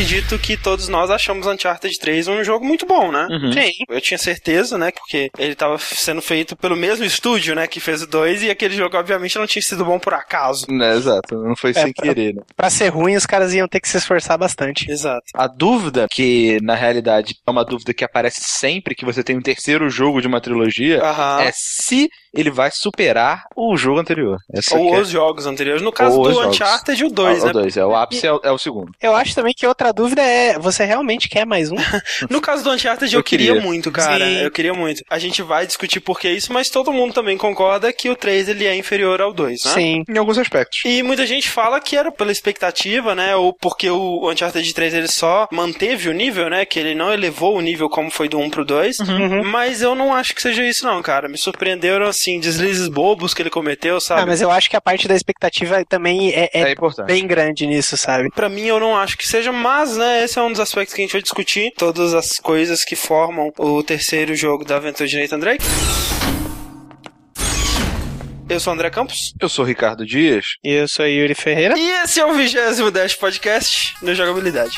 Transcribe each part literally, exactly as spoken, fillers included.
acredito que todos nós achamos Uncharted três um jogo muito bom, né? Uhum. Sim. Eu tinha certeza, né? Porque ele tava sendo feito pelo mesmo estúdio, né? Que fez o dois, e aquele jogo, obviamente, não tinha sido bom por acaso. É, exato, não foi É, sem pra- querer, né? Pra ser ruim, os caras iam ter que se esforçar bastante. Exato. A dúvida, que na realidade é uma dúvida que aparece sempre que você tem um terceiro jogo de uma trilogia, Aham. é se ele vai superar o jogo anterior. Essa Ou que é- os jogos anteriores. No caso Ou do os jogos. Uncharted, o dois, Ah, né? O dois, é o ápice, é o, é o segundo. Eu acho também que outra dúvida é, você realmente quer mais um? No caso do Uncharted, eu, Eu queria. queria. muito, cara. Sim. Eu queria muito. A gente vai discutir por que isso, mas todo mundo também concorda que o três ele é inferior ao dois, né? Sim. Em alguns aspectos. E muita gente fala que era pela expectativa, né? Ou porque o Uncharted três ele só manteve o nível, né? Que ele não elevou o nível como foi do um pro dois. Uhum. Mas eu não acho que seja isso, não, cara. Me surpreenderam, assim, deslizes bobos que ele cometeu, sabe? Ah, mas eu acho que a parte da expectativa também é, é É importante. bem grande nisso, sabe? Pra mim, eu não acho que seja, mas, né, esse é um dos aspectos que a gente vai discutir. Todas as coisas que formam o terceiro jogo da aventura de Nathan Drake. Eu sou o André Campos. Eu sou o Ricardo Dias. E eu sou Yuri Ferreira. E esse é o vigésimo Dash Podcast no Jogabilidade.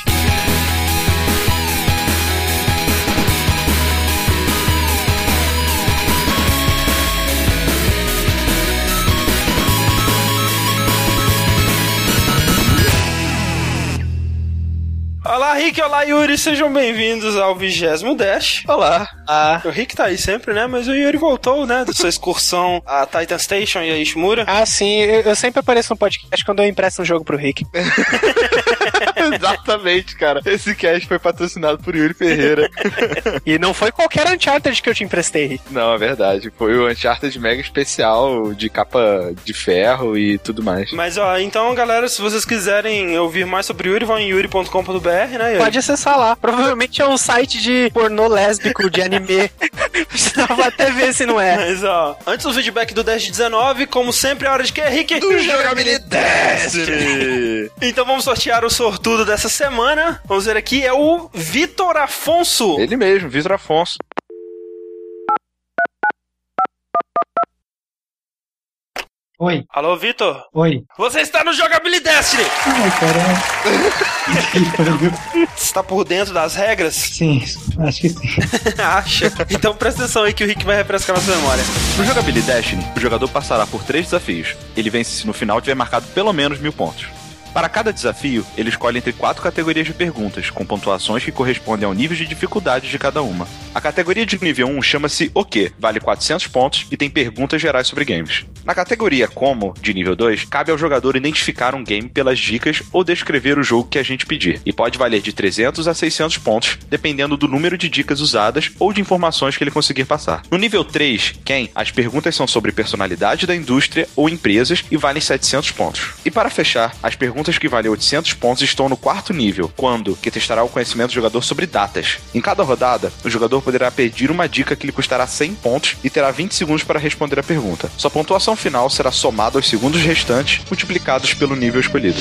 Olá, Rick, olá, Yuri, sejam bem-vindos ao vigésimo Dash. Olá. Ah, O Rick tá aí sempre, né? Mas o Yuri voltou, né? Da sua excursão a Titan Station e a Ishimura. ah sim, eu, eu sempre apareço no podcast quando eu empresto um jogo pro Rick. Exatamente, cara. Esse cast foi patrocinado por Yuri Ferreira. E não foi qualquer Uncharted que eu te emprestei, Rick. Não, é verdade. Foi o Uncharted mega especial, de capa de ferro e tudo mais. Mas, ó, então, galera, se vocês quiserem ouvir mais sobre Yuri, vão em yuri ponto com ponto b r, né, Yuri? Pode acessar lá. Provavelmente é um site de pornô lésbico, de anime. Vou até ver se não é. Mas, ó, antes do feedback do Dash dezenove, como sempre, é hora de que, Rick? Do Jogabilidade! Então vamos sortear o sortudo dessa semana. Vamos ver aqui, é o Vitor Afonso. Ele mesmo, Vitor Afonso. Oi, Alô, Vitor? oi. Você está no Jogabilidade! Ai, caralho. Você está por dentro das regras? Sim, acho que sim. Acha? Então presta atenção aí que o Rick vai refrescar nossa memória. No Jogabilidade Destiny, o jogador passará por três desafios. Ele vence se no final tiver marcado pelo menos mil pontos. Para cada desafio, ele escolhe entre quatro categorias de perguntas, com pontuações que correspondem ao nível de dificuldade de cada uma. A categoria de nível um chama-se O Quê? Vale quatrocentos pontos e tem perguntas gerais sobre games. Na categoria Como, de nível dois, cabe ao jogador identificar um game pelas dicas ou descrever o jogo que a gente pedir, e pode valer de trezentos a seiscentos pontos, dependendo do número de dicas usadas ou de informações que ele conseguir passar. No nível três, Quem, as perguntas são sobre personalidade da indústria ou empresas e valem setecentos pontos. E para fechar, as perguntas que valem oitocentos pontos estão no quarto nível, Quando, que testará o conhecimento do jogador sobre datas. Em cada rodada, o jogador poderá pedir uma dica que lhe custará cem pontos e terá vinte segundos para responder a pergunta. Sua pontuação final será somada aos segundos restantes, multiplicados pelo nível escolhido.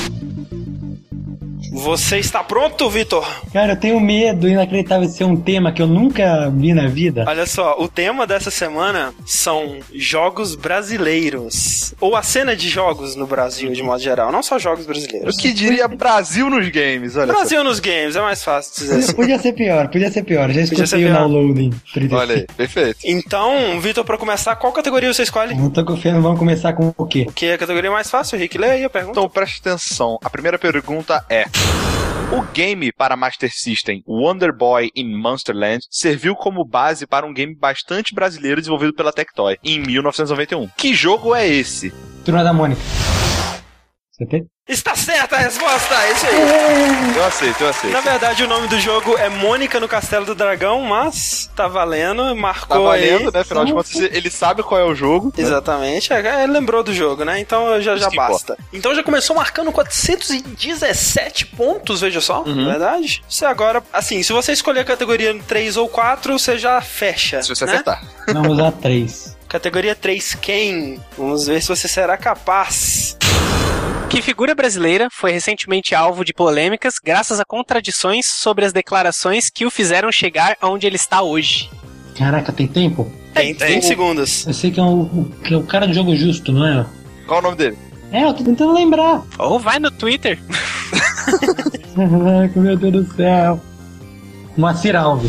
Você está pronto, Vitor? Cara, eu tenho medo inacreditável de ser um tema que eu nunca vi na vida. Olha só, o tema dessa semana são jogos brasileiros. Ou a cena de jogos no Brasil, de modo geral. Não só jogos brasileiros. O que diria Brasil nos games, olha Brasil nos games, é mais fácil dizer assim. Podia ser pior, podia ser pior. Já Podia ser escutei o pior. downloading. só. Olha aí, perfeito. Então, Vitor, pra começar, qual categoria você escolhe? Não tô confiando, vamos começar com o quê? Que é a categoria mais fácil, Rick? Lê aí a pergunta. Então preste atenção. A primeira pergunta é: o game para Master System Wonder Boy in Monsterland serviu como base para um game bastante brasileiro desenvolvido pela Tectoy em mil novecentos e noventa e um. Que jogo é esse? Turma da Mônica. Você tem? Está certa a resposta, é isso aí. Eu aceito, eu aceito. Na verdade, o nome do jogo é Mônica no Castelo do Dragão, mas tá valendo, marcou Tá valendo, aí. né? Afinal de contas, ele sabe qual é o jogo. né? Exatamente, é, ele lembrou do jogo, né? Então já, já Isso que basta. Então já começou marcando quatrocentos e dezessete pontos, veja só, Uhum. na verdade. Você agora, assim, se você escolher a categoria três ou quatro, você já fecha. Se você né? acertar. Vamos usar três. Categoria três, quem? Vamos ver se você será capaz. Que figura brasileira foi recentemente alvo de polêmicas graças a contradições sobre as declarações que o fizeram chegar aonde ele está hoje? Caraca, tem tempo? Tem vinte segundos. Eu sei que é o, o- que é o cara do Jogo Justo, não é? Qual o nome dele? É, eu tô tentando lembrar. Ou vai no Twitter. Caraca, meu Deus do céu. Moacir Alves.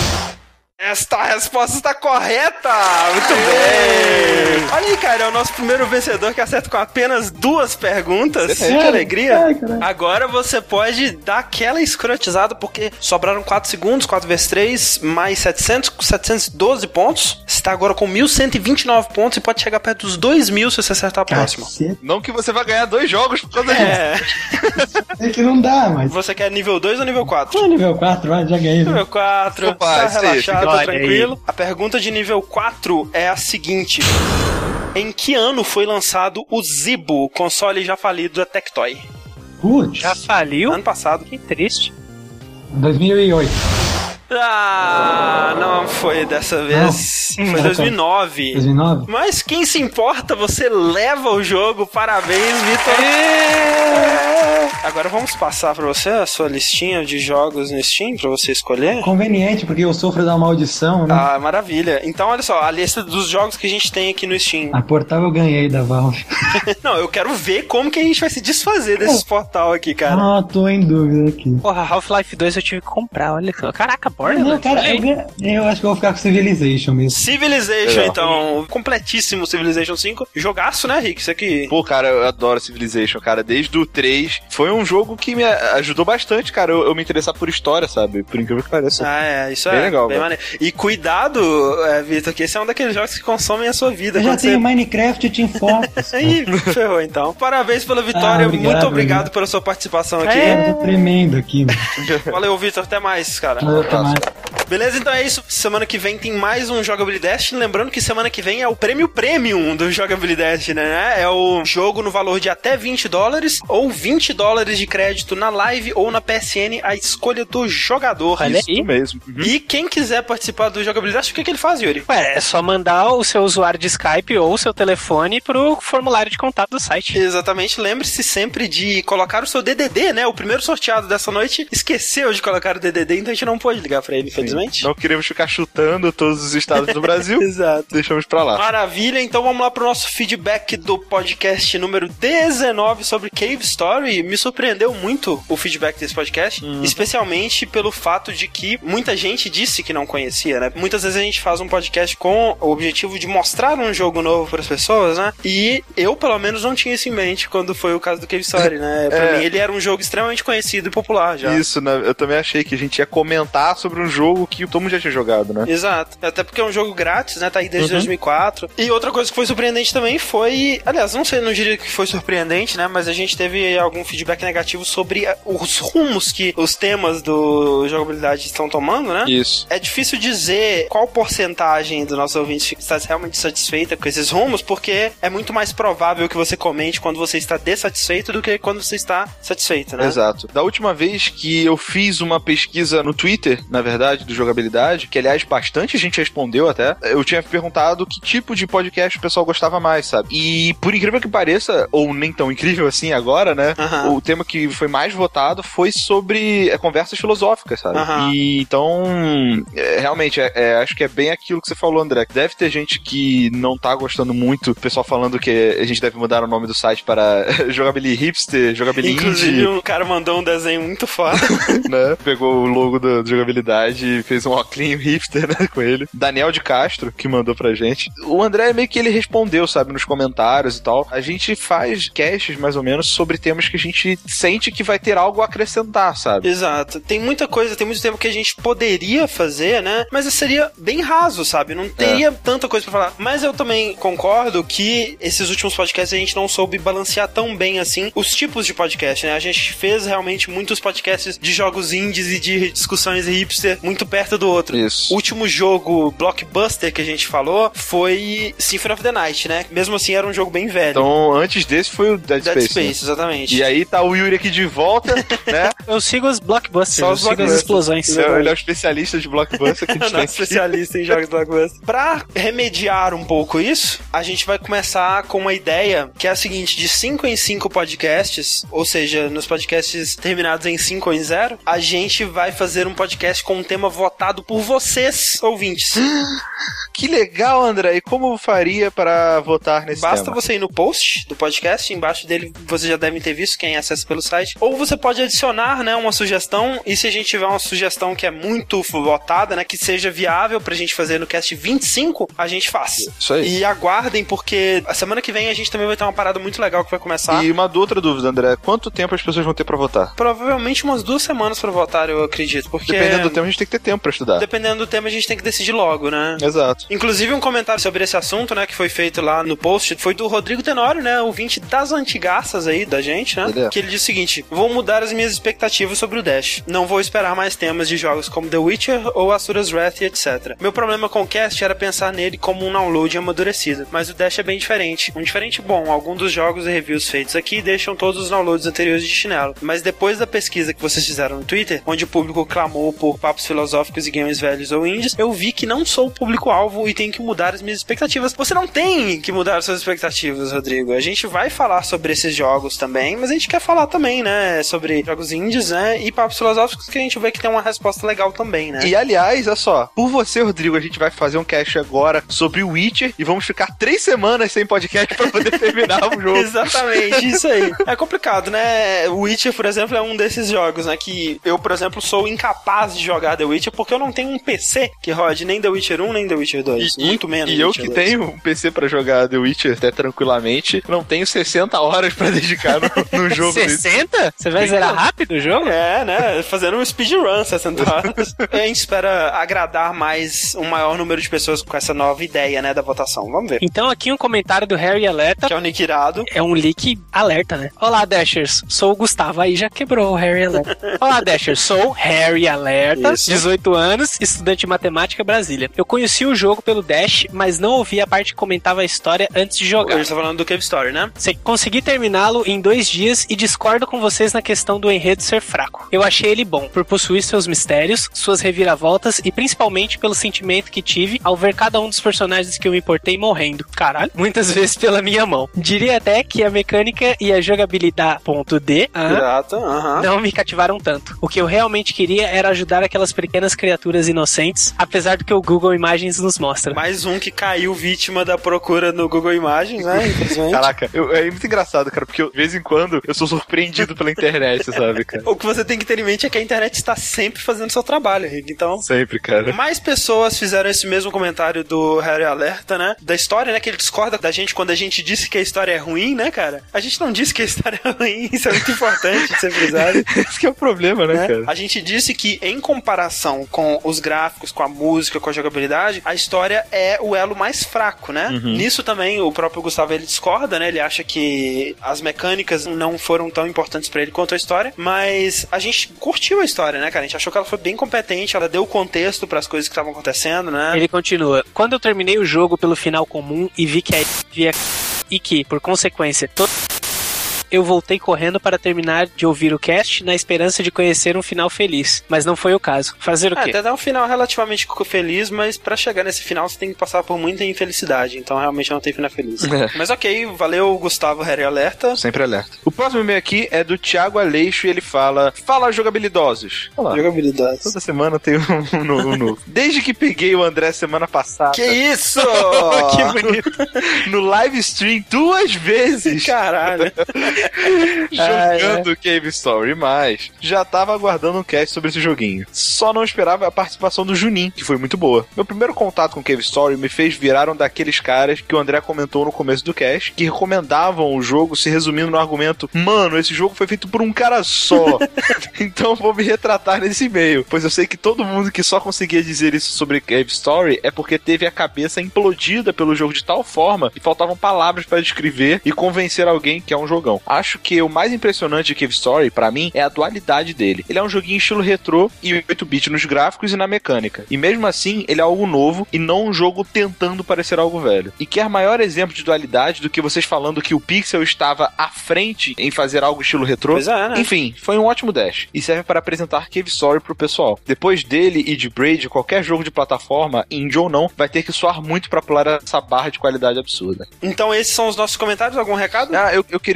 Esta resposta está correta! Muito bem! Olha aí, cara, é o nosso primeiro vencedor que acerta com apenas duas perguntas. Que alegria! Ai, Agora você pode dar aquela escrotizada, porque sobraram quatro segundos, quatro vezes três, mais setecentos, setecentos e doze pontos. Você está agora com mil cento e vinte e nove pontos e pode chegar perto dos dois mil se você acertar a próxima. Cacete. Não que você vai ganhar dois jogos por causa disso. É. É que não dá, mas... Você quer nível dois ou nível quatro? Ah, nível quatro, vai, já ganhei. Nível quatro, Opa, tá esse- relaxado, Olha tá aí. tranquilo. A pergunta de nível quatro é a seguinte: em que ano foi lançado o Zibo, console já falido da Tectoy? Putz, Já faliu? Ano passado. Que triste. dois mil e oito. Ah, não foi dessa vez. Não. Foi dois mil e nove. dois mil e nove? Mas quem se importa, você leva o jogo. Parabéns, Vitor. Agora vamos passar pra você a sua listinha de jogos no Steam pra você escolher. Conveniente, porque eu sofro da maldição, né? Ah, maravilha. Então, olha só, a lista dos jogos que a gente tem aqui no Steam. A portal eu ganhei da Valve. Não, eu quero ver como que a gente vai se desfazer desses portal aqui, cara. Ah, tô em dúvida aqui. Porra, Half-Life dois eu tive que comprar, olha só. Caraca, Não, Borderlands. cara, olha eu, aí. ganhei- eu acho que eu vou ficar com Civilization mesmo. Civilization, Legal. então. Completíssimo Civilization cinco. Jogaço, né, Rick? Isso aqui. Pô, cara, eu adoro Civilization, cara. Desde o três, foi um jogo que me ajudou bastante, cara, eu, eu me interessar por história, sabe? Por incrível que pareça. Ah, é, isso Bem é. legal, bem velho. maneiro. E cuidado, é, Vitor, que esse é um daqueles jogos que consomem a sua vida. Eu já Quando tenho você... Minecraft e Team Fortress. Ih, ferrou então. Parabéns pela vitória, Ah, obrigado, muito obrigado obrigado. pela sua participação aqui. É, eu tô tremendo aqui, mano. Valeu, Vitor, até mais, cara. Até mais. Beleza, então é isso. Semana que vem tem mais um Jogabilidade. Lembrando que semana que vem é o prêmio premium do Jogabilidade, né? É o jogo no valor de até vinte dólares ou vinte dólares de crédito na live ou na P S N, a escolha do jogador. Olha Isso aí. mesmo. Uhum. E quem quiser participar do Jogabilidade, o que, que ele faz, Yuri? Ué, é só mandar o seu usuário de Skype ou o seu telefone pro formulário de contato do site. Exatamente, lembre-se sempre de colocar o seu D D D, né? O primeiro sorteado dessa noite esqueceu de colocar o D D D, então a gente não pôde ligar pra ele, infelizmente. Não queremos ficar chutando todos os estados do Brasil. Exato. Deixamos pra lá. Maravilha, então vamos lá pro nosso feedback do podcast número dezenove sobre Cave Story. Me surpreendeu muito o feedback desse podcast, Hum. especialmente pelo fato de que muita gente disse que não conhecia, né? Muitas vezes a gente faz um podcast com o objetivo de mostrar um jogo novo para as pessoas, né? E eu, pelo menos, não tinha isso em mente quando foi o caso do Cave Story, né? Pra É. mim, ele era um jogo extremamente conhecido e popular já. Isso, né? Eu também achei que a gente ia comentar sobre um jogo que o Tomo já tinha jogado, né? Exato. Até porque é um jogo grátis, né? Tá aí desde Uhum. dois mil e quatro. E outra coisa que foi surpreendente também foi... Aliás, não sei, não diria que foi surpreendente, né? Mas a gente teve algum feedback negativo sobre eh, os rumos que os temas do jogabilidade estão tomando, né? Isso. É difícil dizer qual porcentagem dos nossos ouvintes está realmente satisfeita com esses rumos, porque é muito mais provável que você comente quando você está dessatisfeito do que quando você está satisfeito, né? Exato. Da última vez que eu fiz uma pesquisa no Twitter, na verdade, do Jogabilidade, que aliás bastante gente respondeu até, eu tinha perguntado que tipo de podcast o pessoal gostava mais, sabe? E por incrível que pareça, ou nem tão incrível assim agora, né? Aham. O tema que foi mais votado foi sobre é, conversas filosóficas, sabe? Aham. E então, é, realmente, é, é, acho que é bem aquilo que você falou, André. Deve ter gente que não tá gostando muito, o pessoal falando que a gente deve mudar o nome do site para Jogabilidade Hipster, Jogabilidade Inclusive, Indie. um cara mandou um desenho muito foda. Né? Pegou o logo do, do Jogabilidade e fez um óculinho hipster, né, com ele. Daniel de Castro, que mandou pra gente. O André meio que ele respondeu, sabe, nos comentários e tal. A gente faz casts, mais ou menos, sobre temas que a gente sente que vai ter algo a acrescentar, sabe? Exato. Tem muita coisa, tem muito tempo que a gente poderia fazer, né? Mas seria bem raso, sabe? Não teria tanta coisa pra falar. Mas eu também concordo que esses últimos podcasts a gente não soube balancear tão bem assim os tipos de podcast, né? A gente fez realmente muitos podcasts de jogos indies e de discussões hipster muito perto do outro. Isso. O último jogo blockbuster que a gente falou foi Symphony of the Night, né? Mesmo assim era um jogo bem velho. Então, antes desse foi o Dead, Dead Space. Space, né? exatamente. E aí tá o Yuri aqui de volta, né? Eu sigo os blockbusters, Só eu os sigo as blockbusters. explosões. Ele é- ele é o especialista de blockbuster que a gente Nosso tem aqui. especialista em jogos blockbuster. Pra remediar um pouco isso, a gente vai começar com uma ideia que é a seguinte: de cinco em cinco podcasts, ou seja, nos podcasts terminados em cinco ou em zero, a gente vai fazer um podcast com um tema votado por vocês, ouvintes. Que legal, André. E como faria para votar nesse Basta tema? você ir no post do podcast, embaixo dele vocês já devem ter visto, quem acessa pelo site. Ou você pode adicionar, né, uma sugestão, e se a gente tiver uma sugestão que é muito votada, né, que seja viável pra gente fazer no cast vinte e cinco, a gente faz. Isso aí. E aguardem, porque a semana que vem a gente também vai ter uma parada muito legal que vai começar. E uma outra dúvida, André. Quanto tempo as pessoas vão ter pra votar? Provavelmente umas duas semanas pra votar, eu acredito, porque... Dependendo do tema, a gente tem que ter tempo pra estudar. Dependendo do tema, a gente tem que decidir logo, né? Exato. Inclusive, um comentário sobre esse assunto, né, que foi feito lá no post, foi do Rodrigo Tenório, né, ouvinte das antigaças aí da gente, né? Ele é. Que ele diz o seguinte: vou mudar as minhas expectativas sobre o Dash. Não vou esperar mais temas de jogos como The Witcher ou Asura's Wrath e etcétera. Meu problema com o cast era pensar nele como um download amadurecido, mas o Dash é bem diferente. Um diferente bom, alguns dos jogos e reviews feitos aqui deixam todos os downloads anteriores de chinelo. Mas depois da pesquisa que vocês fizeram no Twitter, onde o público clamou por papos filosóficos e games velhos ou indies, eu vi que não sou o público-alvo e tenho que mudar as minhas expectativas. Você não tem que mudar as suas expectativas, Rodrigo. A gente vai falar sobre esses jogos também, mas a gente quer falar também, né, sobre jogos indies, né, e papos filosóficos, que a gente vê que tem uma resposta legal também, né. E aliás, olha só, por você, Rodrigo, a gente vai fazer um cast agora sobre Witcher e vamos ficar três semanas sem podcast pra poder terminar o jogo. Exatamente, isso aí. É complicado, né? O Witcher, por exemplo, é um desses jogos, né, que eu, por exemplo, sou incapaz de jogar The Witcher porque eu não tenho um P C que rode nem The Witcher um, nem The Witcher dois. E, Muito menos. E eu que tenho um P C pra jogar The Witcher até tranquilamente, não tenho sessenta horas pra dedicar no, no jogo. sessenta? Você vai zerar rápido o jogo? É, né? Fazendo um speedrun, sessenta horas. A gente espera agradar mais um maior número de pessoas com essa nova ideia, né, da votação. Vamos ver. Então aqui um comentário do Harry Alerta. Que é o nick irado. É um leak alerta, né? Olá, Dashers. Sou o Gustavo. Aí já quebrou o Harry Alerta. Olá, Dashers. Sou Harry Alerta, Isso. dezoito anos, estudante de matemática, Brasília. Eu conheci o jogo pelo Dash, mas não ouvi a parte que comentava a história antes de jogar. A gente tá falando do Cave Story, né? Sim, consegui terminá-lo em dois dias e discordo com vocês na questão do enredo ser fraco. Eu achei ele bom, por possuir seus mistérios, suas reviravoltas e principalmente pelo sentimento que tive ao ver cada um dos personagens que eu me importei morrendo. Caralho, muitas vezes pela minha mão. Diria até que a mecânica e a jogabilidade ponto D ah, Exato, aham. não me cativaram tanto. O que eu realmente queria era ajudar aquelas pequenas criaturas inocentes, apesar do que o Google Imagens nos mostra. Mais um que caiu vítima da procura no Google Imagens, né? Infelizmente. Caraca, eu, é muito engraçado, cara, porque eu, de vez em quando eu sou surpreendido pela internet, sabe, cara? O que você tem que ter em mente é que a internet está sempre fazendo seu trabalho, Rick. Então, Sempre, cara. mais pessoas fizeram esse mesmo comentário do Harry Alerta, né? Da história, né? Que ele discorda da gente quando a gente disse que a história é ruim, né, cara? A gente não disse que a história é ruim, isso é muito importante de ser frisado. Esse que é o problema, né, Né? cara? A gente disse que, em comparação com os gráficos, com a música, com a jogabilidade, a história é o elo mais fraco, né? Uhum. Nisso também o próprio Gustavo, ele discorda, né? Ele acha que as mecânicas não foram tão importantes pra ele quanto a história, mas a gente curtiu a história, né, cara? A gente achou que ela foi bem competente, ela deu contexto pras coisas que estavam acontecendo, né? Ele continua. Quando eu terminei o jogo pelo final comum e vi que a via e que, por consequência, todo eu voltei correndo para terminar de ouvir o cast na esperança de conhecer um final feliz, mas não foi o caso. Fazer o É, quê? até dar um final relativamente feliz, mas pra chegar nesse final você tem que passar por muita infelicidade, então realmente não tem final feliz. É. Mas ok, valeu, Gustavo Harry Alerta. Sempre alerta. O próximo e-mail aqui é do Thiago Aleixo e ele fala: fala, jogabilidosos. Olha lá. Jogabilidade. Toda semana tem um, um novo, um novo. Desde que peguei o André semana passada. Que isso? Que bonito. No live stream duas vezes. Caralho. Jogando ah, é. Cave Story, mas já tava aguardando um cast sobre esse joguinho. Só não esperava a participação do Junin, que foi muito boa. Meu primeiro contato com Cave Story me fez virar um daqueles caras que o André comentou no começo do cast, que recomendavam o jogo se resumindo no argumento: mano, esse jogo foi feito por um cara só. Então vou me retratar nesse e-mail, pois eu sei que todo mundo que só conseguia dizer isso sobre Cave Story é porque teve a cabeça implodida pelo jogo de tal forma que faltavam palavras para descrever e convencer alguém que é um jogão. Acho que o mais impressionante de Cave Story, pra mim, é a dualidade dele. Ele é um joguinho estilo retrô e oito bit nos gráficos e na mecânica. E mesmo assim, ele é algo novo e não um jogo tentando parecer algo velho. E quer maior exemplo de dualidade do que vocês falando que o Pixel estava à frente em fazer algo estilo retrô? Pois é, né? Enfim, foi um ótimo dash e serve para apresentar Cave Story pro pessoal. Depois dele e de Braid, qualquer jogo de plataforma, indie ou não, vai ter que soar muito pra pular essa barra de qualidade absurda. Então esses são os nossos comentários, algum recado? Ah, eu, eu queria avisar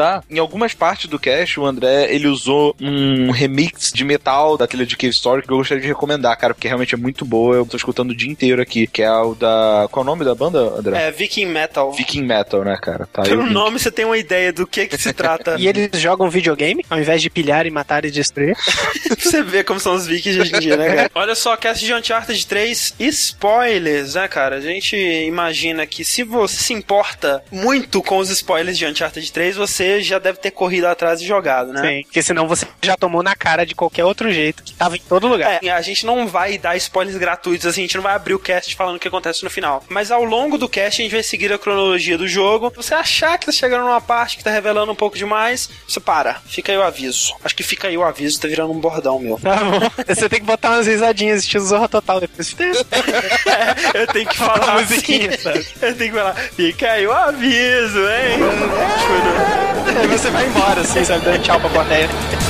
usar, em algumas partes do cast, o André, ele usou um remix de metal da trilha de Cave Story que eu gostaria de recomendar, cara, porque realmente é muito boa, eu tô escutando o dia inteiro aqui, que é o da... Qual é o nome da banda, André? É, Viking Metal. Viking Metal, né, cara? Tá, Pelo nome você tem uma ideia do que que se trata. E eles jogam videogame, ao invés de pilhar e matar e destruir. Você vê como são os vikings hoje em dia, né, cara? Olha só, cast de Uncharted três, spoilers, né, cara? A gente imagina que se você se importa muito com os spoilers de Uncharted três, você já deve ter corrido atrás e jogado, né? Sim, porque senão você já tomou na cara de qualquer outro jeito, que tava em todo lugar. É, a gente não vai dar spoilers gratuitos, assim, a gente não vai abrir o cast falando o que acontece no final. Mas ao longo do cast a gente vai seguir a cronologia do jogo. Se você achar que tá chegando numa parte que tá revelando um pouco demais, você para. Fica aí o aviso. Acho que fica aí o aviso, tá virando um bordão, meu. Tá bom. Você tem que botar umas risadinhas, estilo Zorra Total depois. É, eu tenho que falar uma musiquinha, assim, sabe? Eu tenho que falar, fica aí o aviso, hein? Aí você vai embora, assim, sabe? Dando tchau pra plateia.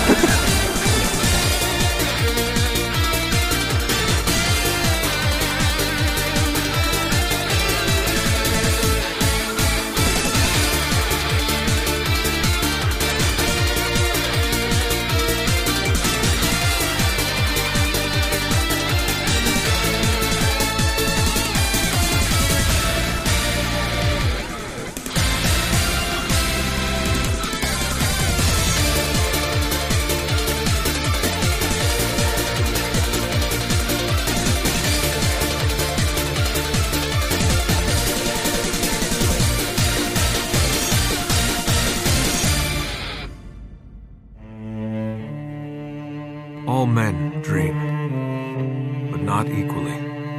All men dream, but not equally.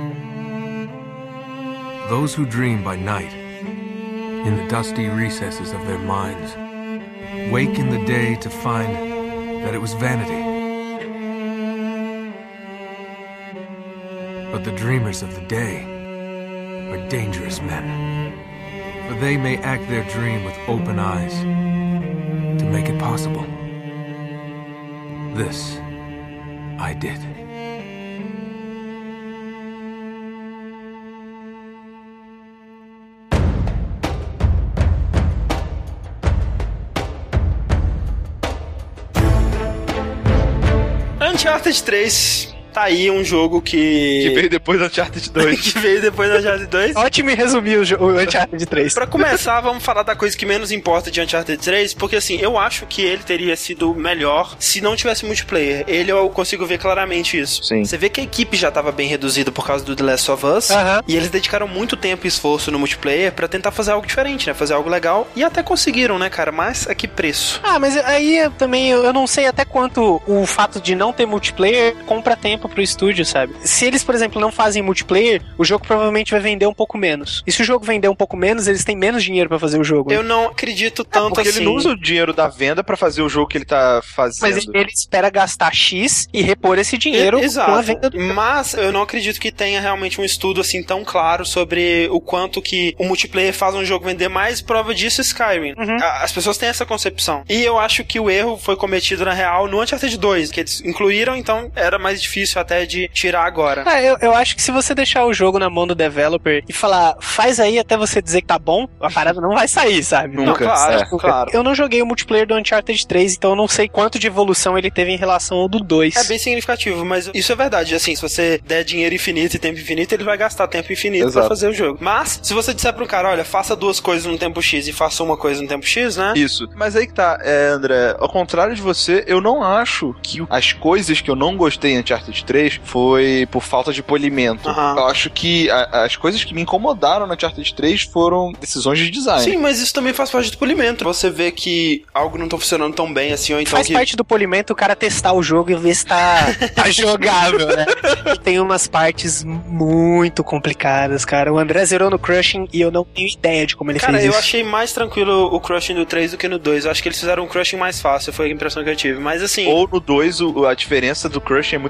Those who dream by night, in the dusty recesses of their minds, wake in the day to find that it was vanity. But the dreamers of the day are dangerous men, for they may act their dream with open eyes to make it possible. This I did. Uncharted três, tá aí um jogo que... Que veio depois do Uncharted dois. que veio depois do Uncharted dois. Ótimo e resumir o, o Uncharted três. Pra começar, vamos falar da coisa que menos importa de Uncharted três, porque assim, eu acho que ele teria sido melhor se não tivesse multiplayer. Ele eu consigo ver claramente isso. Sim. Você vê que a equipe já tava bem reduzida por causa do The Last of Us, Aham. e eles dedicaram muito tempo e esforço no multiplayer pra tentar fazer algo diferente, né? Fazer algo legal, e até conseguiram, né, cara? Mas a que preço? Ah, mas aí eu também eu eu não sei até quanto o fato de não ter multiplayer compra tempo pro estúdio, sabe? Se eles, por exemplo, não fazem multiplayer, o jogo provavelmente vai vender um pouco menos. E se o jogo vender um pouco menos, eles têm menos dinheiro pra fazer o jogo. Eu não acredito tanto Porque assim. ele não usa o dinheiro da venda pra fazer o jogo que ele tá fazendo. Mas ele espera gastar X e repor esse dinheiro E- Exato. com a venda do jogo. Mas eu não acredito que tenha realmente um estudo assim tão claro sobre o quanto que o multiplayer faz um jogo vender mais. Prova disso é Skyrim. Uhum. A- As pessoas têm essa concepção. E eu acho que o erro foi cometido na real no Uncharted dois, que eles incluíram, então era mais difícil até de tirar agora. Ah, eu, eu acho que se você deixar o jogo na mão do developer e falar, faz aí até você dizer que tá bom, a parada não vai sair, sabe? Não, Nunca, claro, é. claro. Eu não joguei o multiplayer do Uncharted três, então eu não sei quanto de evolução ele teve em relação ao do dois. É bem significativo, mas isso é verdade. Assim, se você der dinheiro infinito e tempo infinito, ele vai gastar tempo infinito Exato. pra fazer o jogo. Mas, se você disser pra um cara, olha, faça duas coisas no tempo X e faça uma coisa no tempo X, né? Isso. Mas aí que tá, é, André, ao contrário de você, eu não acho que as coisas que eu não gostei em Uncharted três foi por falta de polimento. Aham. Eu acho que a- as coisas que me incomodaram no Uncharted três foram decisões de design. Sim, mas isso também faz parte do polimento. Você vê que algo não tá funcionando tão bem assim, ou então Faz que... parte do polimento o cara testar o jogo e ver se tá, tá jogável, né? E tem umas partes muito complicadas, cara. O André zerou no Crushing e eu não tenho ideia de como ele Cara, fez eu isso. achei mais tranquilo o Crushing do três do que no dois. Eu acho que eles fizeram um Crushing mais fácil, foi a impressão que eu tive. Mas assim... Ou no dois, o- a diferença do Crushing é muito mais absurda.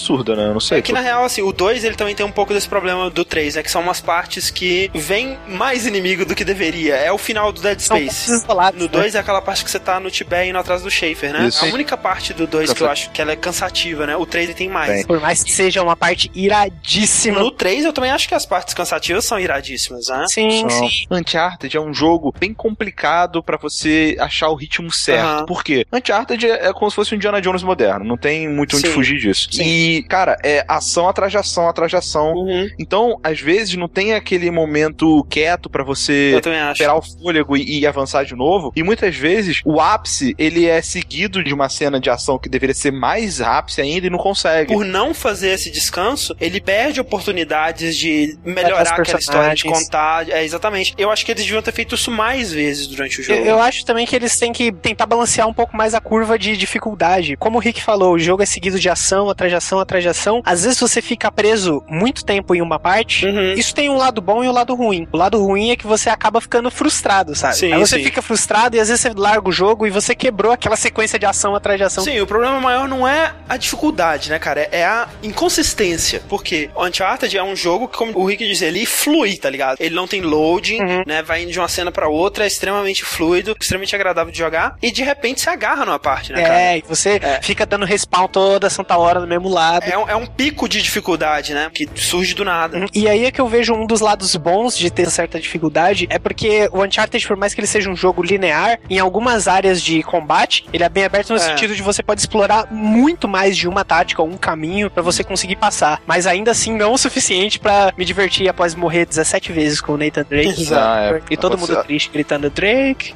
absurda, né? Eu não sei. É que, na real, assim, o dois, ele também tem um pouco desse problema do três, né? Que são umas partes que vem mais inimigo do que deveria. É o final do Dead Space. No dois, né? É aquela parte que você tá no Tibete indo atrás do Schaefer, né? Isso. A única parte do dois que eu acho que ela é cansativa, né? O três ele tem mais. Tem. Por mais que seja uma parte iradíssima. No três, eu também acho que as partes cansativas são iradíssimas, né? Sim, Só. sim. Uncharted é um jogo bem complicado pra você achar o ritmo certo. Uhum. Por quê? Uncharted é como se fosse um Indiana Jones moderno. Não tem muito onde Sim. fugir disso. Sim. E, cara, é ação atrás de ação, atrás de ação. Uhum. Então, às vezes, não tem aquele momento quieto pra você Eu também acho. esperar o fôlego e, e avançar de novo. E muitas vezes, o ápice, ele é seguido de uma cena de ação que deveria ser mais ápice ainda e não consegue. Por não fazer esse descanso, ele perde oportunidades de melhorar aquela história, de contar. É, exatamente. Eu acho que eles deviam ter feito isso mais vezes durante o jogo. Eu, eu acho também que eles têm que tentar balancear um pouco mais a curva de dificuldade. Como o Rick falou, o jogo é seguido de ação, atrás de ação, atrás de ação. Às vezes você fica preso muito tempo em uma parte. Uhum. Isso tem um lado bom e um lado ruim. O lado ruim é que você acaba ficando frustrado, sabe? Sim, Aí você sim. fica frustrado e às vezes você larga o jogo e você quebrou aquela sequência de ação atrás de ação. Sim, o problema maior não é a dificuldade, né, cara? É a inconsistência. Porque o Uncharted é um jogo que, como o Rick disse, ele flui, tá ligado? Ele não tem loading, Uhum. né? Vai indo de uma cena pra outra, é extremamente fluido, extremamente agradável de jogar. E de repente se agarra numa parte, né, cara? É, e você É. fica dando respawn toda santa hora no mesmo lado. É um, é um pico de dificuldade, né? Que surge do nada. Uhum. E aí é que eu vejo um dos lados bons de ter certa dificuldade, é porque o Uncharted, por mais que ele seja um jogo linear, em algumas áreas de combate, ele é bem aberto no É. sentido de você pode explorar muito mais de uma tática ou um caminho pra você conseguir passar, mas ainda assim não o suficiente pra me divertir após morrer dezessete vezes com o Nathan Drake. Exato. E todo mundo Você- triste gritando Drake.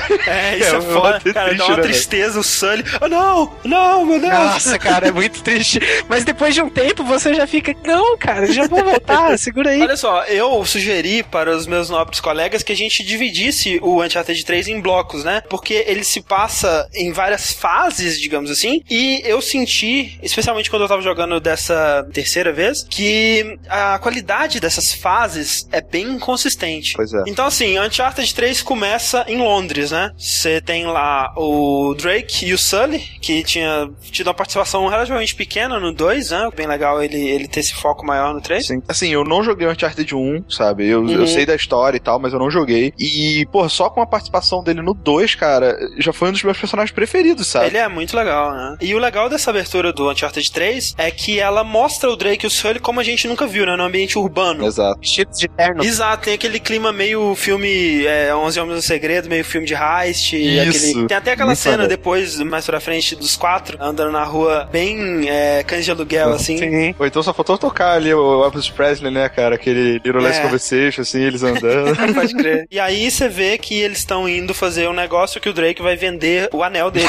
É, isso É, é, é foda. uma Cara, dá triste, uma né, tristeza, o Sully. Oh, não! Não, meu Deus! Nossa, cara, é muito triste. Mas depois de um tempo você já fica, não, cara, já vou voltar, segura aí. Olha só, eu sugeri para os meus nobres colegas que a gente dividisse o Uncharted três em blocos, né? Porque ele se passa em várias fases, digamos assim, e eu senti, especialmente quando eu tava jogando dessa terceira vez, que a qualidade dessas fases é bem inconsistente. Pois é. Então, assim, Uncharted três começa em Londres, né? Você tem lá o Drake e o Sully, que tinha tido uma participação relativamente pequena no dois, né? Bem legal ele, ele ter esse foco maior no três. Sim. Assim, eu não joguei o Uncharted um, sabe? Eu, Uhum. eu sei da história e tal, mas eu não joguei. E, pô, só com a participação dele no dois, cara, já foi um dos meus personagens preferidos, sabe? Ele é muito legal, né? E o legal dessa abertura do Uncharted três é que ela mostra o Drake e o Sully como a gente nunca viu, né? No ambiente urbano. Exato. Vestidos de terno. Exato, tem aquele clima meio filme é, onze Homens no Segredo, meio filme de heist. Isso. Aquele... Tem até aquela Muito cena maneiro. depois, mais pra frente, dos quatro, andando na rua, bem é, cães de aluguel, assim. Sim. Ou então só faltou tocar ali o Elvis Presley, né, cara? Aquele Little Less É. Conversation, assim, eles andando. Pode crer. E aí você vê que eles estão indo fazer um negócio que o Drake vai vender o anel dele.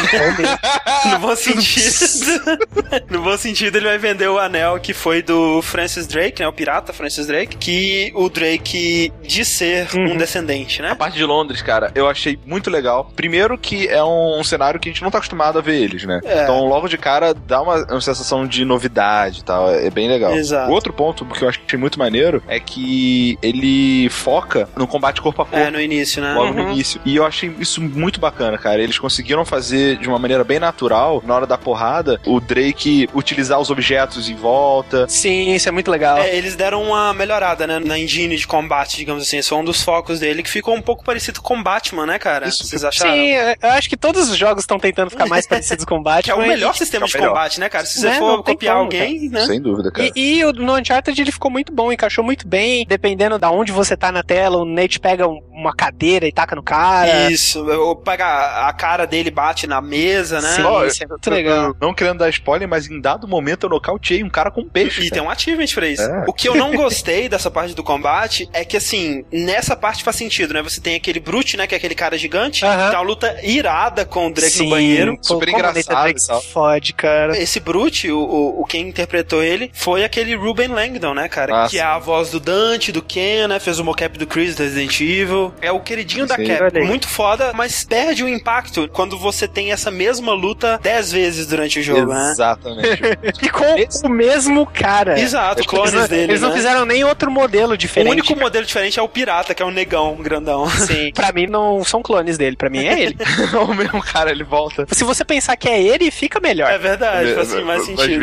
No bom sentido. No bom sentido, ele vai vender o anel que foi do Francis Drake, né? O pirata Francis Drake, que o Drake diz ser Uhum. um descendente, né? A parte de Londres, cara, eu achei muito legal. Primeiro que é um, um cenário que a gente não tá acostumado a ver eles, né? É. Então, logo de cara, dá uma, uma sensação de novidade e tal. É, é bem legal. Exato. O outro ponto que eu achei muito maneiro é que ele foca no combate corpo a corpo. É, no início, né? Logo Uhum. no início. E eu achei isso muito bacana, cara. Eles conseguiram fazer de uma maneira bem natural, na hora da porrada, o Drake utilizar os objetos em volta. Sim, isso é muito legal. É, eles deram uma melhorada, né, na engine de combate, digamos assim. Esse foi um dos focos dele, que ficou um pouco parecido com Batman, né, cara? Isso. Vocês acharam? Sim, eu acho que todos os jogos estão tentando ficar mais parecidos com Batman. Que é o melhor sistema é o de melhor. combate, né, cara? Se você Né, for não tem copiar como, alguém, né? Sem dúvida, cara. E, e o- no Uncharted ele ficou muito bom, encaixou muito bem. Dependendo da onde você tá na tela, o Nate pega um- uma cadeira e taca no cara. Isso, ou pega a cara dele, bate na mesa, né? Sim, Ó, isso é muito Eu- legal. eu não querendo dar spoiler, mas em dado momento eu nocauteei um cara com peixe. E cara. tem um achievement pra isso. É. O que eu não gostei dessa parte do combate é que, assim, nessa parte faz sentido, né? Você tem aquele Brute, né? Que é aquele cara gigante. Aham. Tem uma luta irada com o Drake Sim, no banheiro. Super como o engraçado Nathan Drake e tal. se fode, cara. Esse Brute, o, o, o quem interpretou ele, foi aquele Ruben Langdon, né, cara? Nossa. Que é a voz do Dante, do Ken, né? Fez o mocap do Chris, do Resident Evil. É o queridinho da Sim, Cap. olha aí. Muito foda, mas perde o impacto quando você tem essa mesma luta dez vezes durante o jogo, né? Exatamente. E com Esse- o mesmo cara. Exato, Eles clones Eles não, dele, eles não né? fizeram nem outro modelo O diferente. único modelo diferente é o pirata, que é o negão grandão. Sim. Pra mim não são clones dele, pra mim é ele. o mesmo cara, ele volta. Se você pensar que é ele, fica melhor. É verdade, faz assim, mais Mas sentido.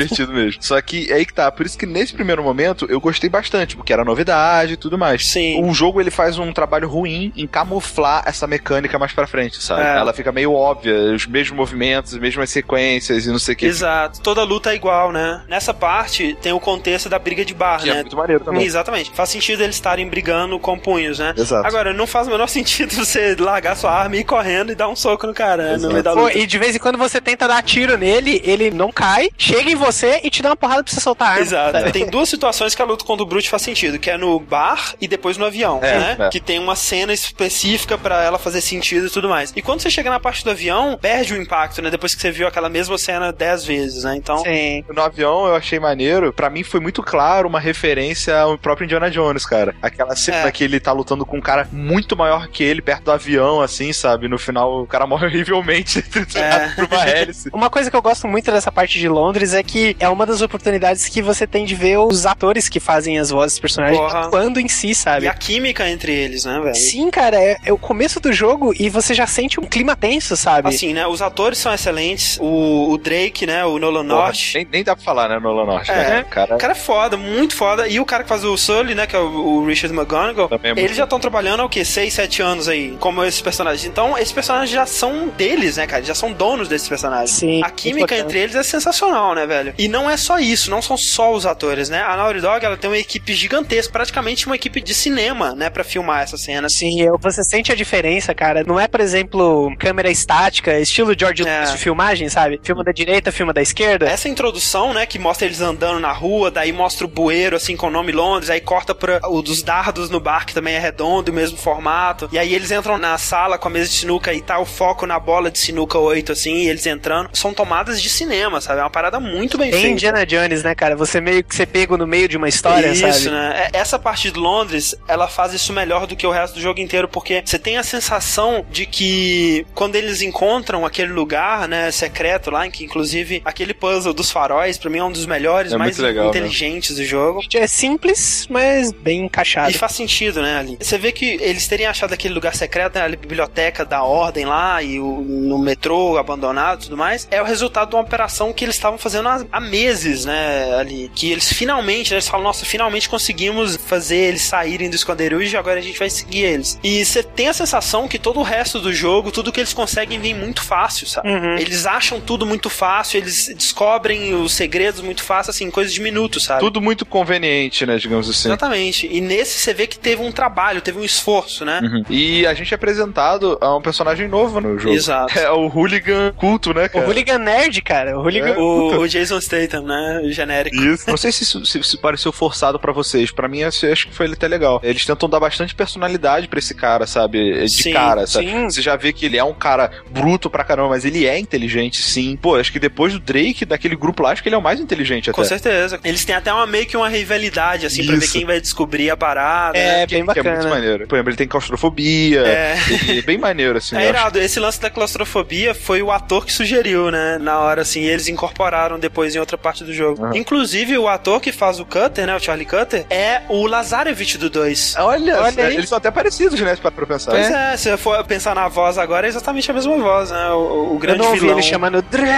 divertido mesmo. Só que é aí que tá, por isso que nesse primeiro momento eu gostei bastante, porque era novidade e tudo mais. Sim. O jogo ele faz um trabalho ruim em camuflar essa mecânica mais pra frente, sabe? É. Ela fica meio óbvia, os mesmos movimentos, as mesmas sequências e não sei o que. Exato. Toda luta é igual, né? Nessa parte tem o contexto da briga de bar, Que né? é muito maneiro também. Exatamente. Faz sentido eles estarem brigando com punhos, né? Exato. Agora, não faz o menor sentido você largar sua arma e ir correndo e dar um soco no cara, né? No meio da Pô, luta. e de vez em quando você tenta dar tiro nele, ele não cai, chega em você e te dá uma porrada pra você soltar a arma. Exato. sabe? Tem duas situações que a luta contra o Brute faz sentido, que é no bar e depois no avião, É, né? é. Que tem uma cena específica pra ela fazer sentido e tudo mais. E quando você chega na parte do avião, perde o impacto, né? Depois que você viu aquela mesma cena dez vezes, né? Então... Sim. No avião eu achei maneiro, pra mim foi muito claro uma referência ao próprio Indiana Jones, cara. Aquela cena É. que ele tá lutando com um cara muito maior que ele perto do avião, assim, sabe? No final o cara morre horrivelmente É. por uma hélice. Uma coisa que eu gosto muito dessa parte de Londres é que é uma das oportunidades que você tem de ver os atores que fazem as vozes dos personagens Porra. atuando em si, sabe? E a química entre eles, né, velho? Sim, cara, é, é o começo do jogo e você já sente um clima tenso, sabe? Assim, né? Os atores são excelentes. O, o Drake, né? O Nolan Porra, North. nem, nem dá pra falar, né, Nolan North. É. Né? Cara, O cara é foda, muito foda. E o cara que faz o Sully, né? Que é o, o Richard McGonagall. Também é muito Eles já estão trabalhando há o quê? seis, sete anos aí. Como esses personagens. Então, esses personagens já são deles, né, cara? Eles já são donos desses personagens. Sim, A química importante. entre eles é sensacional, né, velho? E não é só isso. Não são só os atores, né? A Naughty Dog, ela tem uma equipe gigantesca. Praticamente uma equipe de cinema, né? Pra filmar essa cena. Sim, eu- você sente a diferença, cara. Não é, por exemplo, câmera estática, estilo George É. Lucas de filmagem, sabe? Filma da direita, filma da esquerda. Essa introdução, né, que mostra eles andando na rua, daí mostra o bueiro, assim, com o nome Londres, aí corta pra o dos dardos no bar, que também é redondo, o mesmo formato, e aí eles entram na sala com a mesa de sinuca e tá o foco na bola de sinuca oito, assim, e eles entrando. São tomadas de cinema, sabe? É uma parada muito bem Tem feita. Indiana Jones, né, cara? Você meio que ser pego no meio de uma história, Isso, sabe? né? É- Essa parte de Londres, ela faz isso melhor do que o resto do jogo inteiro, porque você tem a sensação de que quando eles encontram aquele lugar, né, secreto lá, em que inclusive aquele puzzle dos faróis, pra mim é um dos melhores, É mais muito legal, inteligentes do jogo. É simples, mas bem encaixado. E faz sentido, né, ali. Você vê que eles terem achado aquele lugar secreto, né, a biblioteca da ordem lá, e o, no metrô abandonado e tudo mais, é o resultado de uma operação que eles estavam fazendo há, há meses, né, ali. Que eles finalmente, né, eles falam, nossa, finalmente conseguimos fazer eles saírem do esconderijo e agora a gente vai seguir eles. E você tem a sensação que todo o resto do jogo, tudo que eles conseguem vem muito fácil, sabe? Uhum. Eles acham tudo muito fácil, eles descobrem os segredos muito fácil, assim, coisas de minutos, sabe? tudo muito conveniente, né, digamos assim. Exatamente. E nesse você vê que teve um trabalho, teve um esforço, né? Uhum. E a gente é apresentado a um personagem novo no jogo. Exato. É o hooligan culto, né, O cara? hooligan nerd, cara. O hooligan... É. O, o Jason Statham, né? O genérico. Isso. Não sei se isso se, se pareceu forçado pra vocês. Pra mim, assim, acho que foi até legal. Eles tentam dar bastante personalidade pra esse cara, sabe? De Sim, cara, sabe? sim. Você já vê que ele é um cara bruto pra caramba, mas ele é inteligente, sim. Pô, acho que depois do Drake, daquele grupo lá, acho que ele é o mais inteligente até. Com certeza. Eles têm até uma meio que uma rivalidade, assim, pra ver Isso. quem vai descobrir a parada. É, né? bem Que é muito bacana. maneiro. Por exemplo, ele tem claustrofobia. É. E é bem maneiro, assim. É eu irado, esse lance da claustrofobia foi o ator que sugeriu, né? Na hora, assim, e eles incorporaram depois em outra parte do jogo. Uhum. Inclusive, o ator que faz o Cutter, né? O Charlie Cutter, é o Lazarevich do dois. acho. Olha, Olha aí. eles são até parecidos, né? Pra, pra pensar. Pois é, se eu for pensar na voz agora, é exatamente a mesma voz, né? O, o Eu grande não ouvi vilão. ele chamando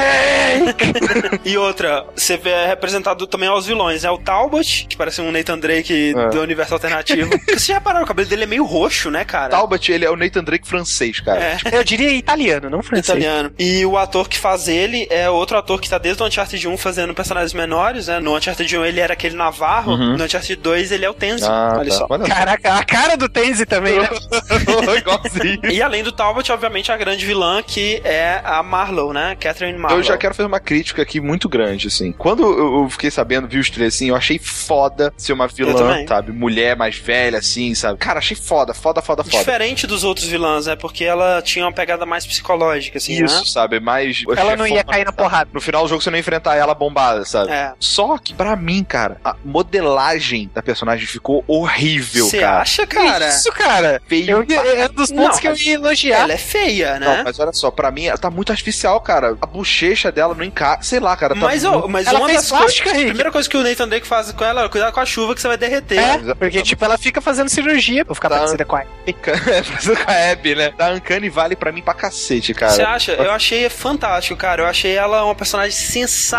Drake. E outra, você vê representado também aos vilões, né? O Talbot, que parece um Nathan Drake É. do universo alternativo. Você já parou, o cabelo dele é meio roxo, né, cara? Talbot, ele é o Nathan Drake francês, cara. É. Eu diria italiano, não francês. Italiano. E o ator que faz ele é outro ator que tá desde o Uncharted um fazendo personagens menores, né? No Uncharted um ele era aquele Navarro, Uhum. no Uncharted dois ele é o Tenzi. Ah, Olha tá. só. Olha só. Caraca, a cara do Tenzi também, né? Igualzinho. E além do Talbot, obviamente, a grande vilã que é a Marlowe, né? Catherine Marlowe. Eu já quero fazer uma crítica aqui muito grande, assim. Quando eu eu fiquei sabendo, vi os três, assim, eu achei foda ser uma Eu vilã, também. sabe? Mulher mais velha, assim, sabe? Cara, achei foda, foda, foda, foda. Diferente dos outros vilãs, né? Porque ela tinha uma pegada mais psicológica, assim, Isso, né? sabe? Mais... Ela não ia cair na porrada. No final do jogo você não ia enfrentar ela bombada, sabe? É. Só que, pra mim, cara, a modelagem da personagem ficou horrível, Você cara. acha, cara? Isso, cara. Feio. Eu, é um dos pontos Não, que eu mas ia elogiar. Ela é feia, Não, né? mas olha só, pra mim ela tá muito artificial, cara. A bochecha dela não encaixa. Sei lá, cara. Tá Mas, ó, muito... mas Ela uma fez das coisas. plástica, A Rick. primeira coisa que o Nathan Drake faz com ela é cuidar com a chuva que você vai derreter. É, porque, tipo, ela fica fazendo cirurgia pra ficar Tá. parecida com a... É, parecendo com a Abby, né? Da Uncanny Valley pra mim pra cacete, cara. Você acha? Eu achei fantástico, cara. Eu achei ela uma personagem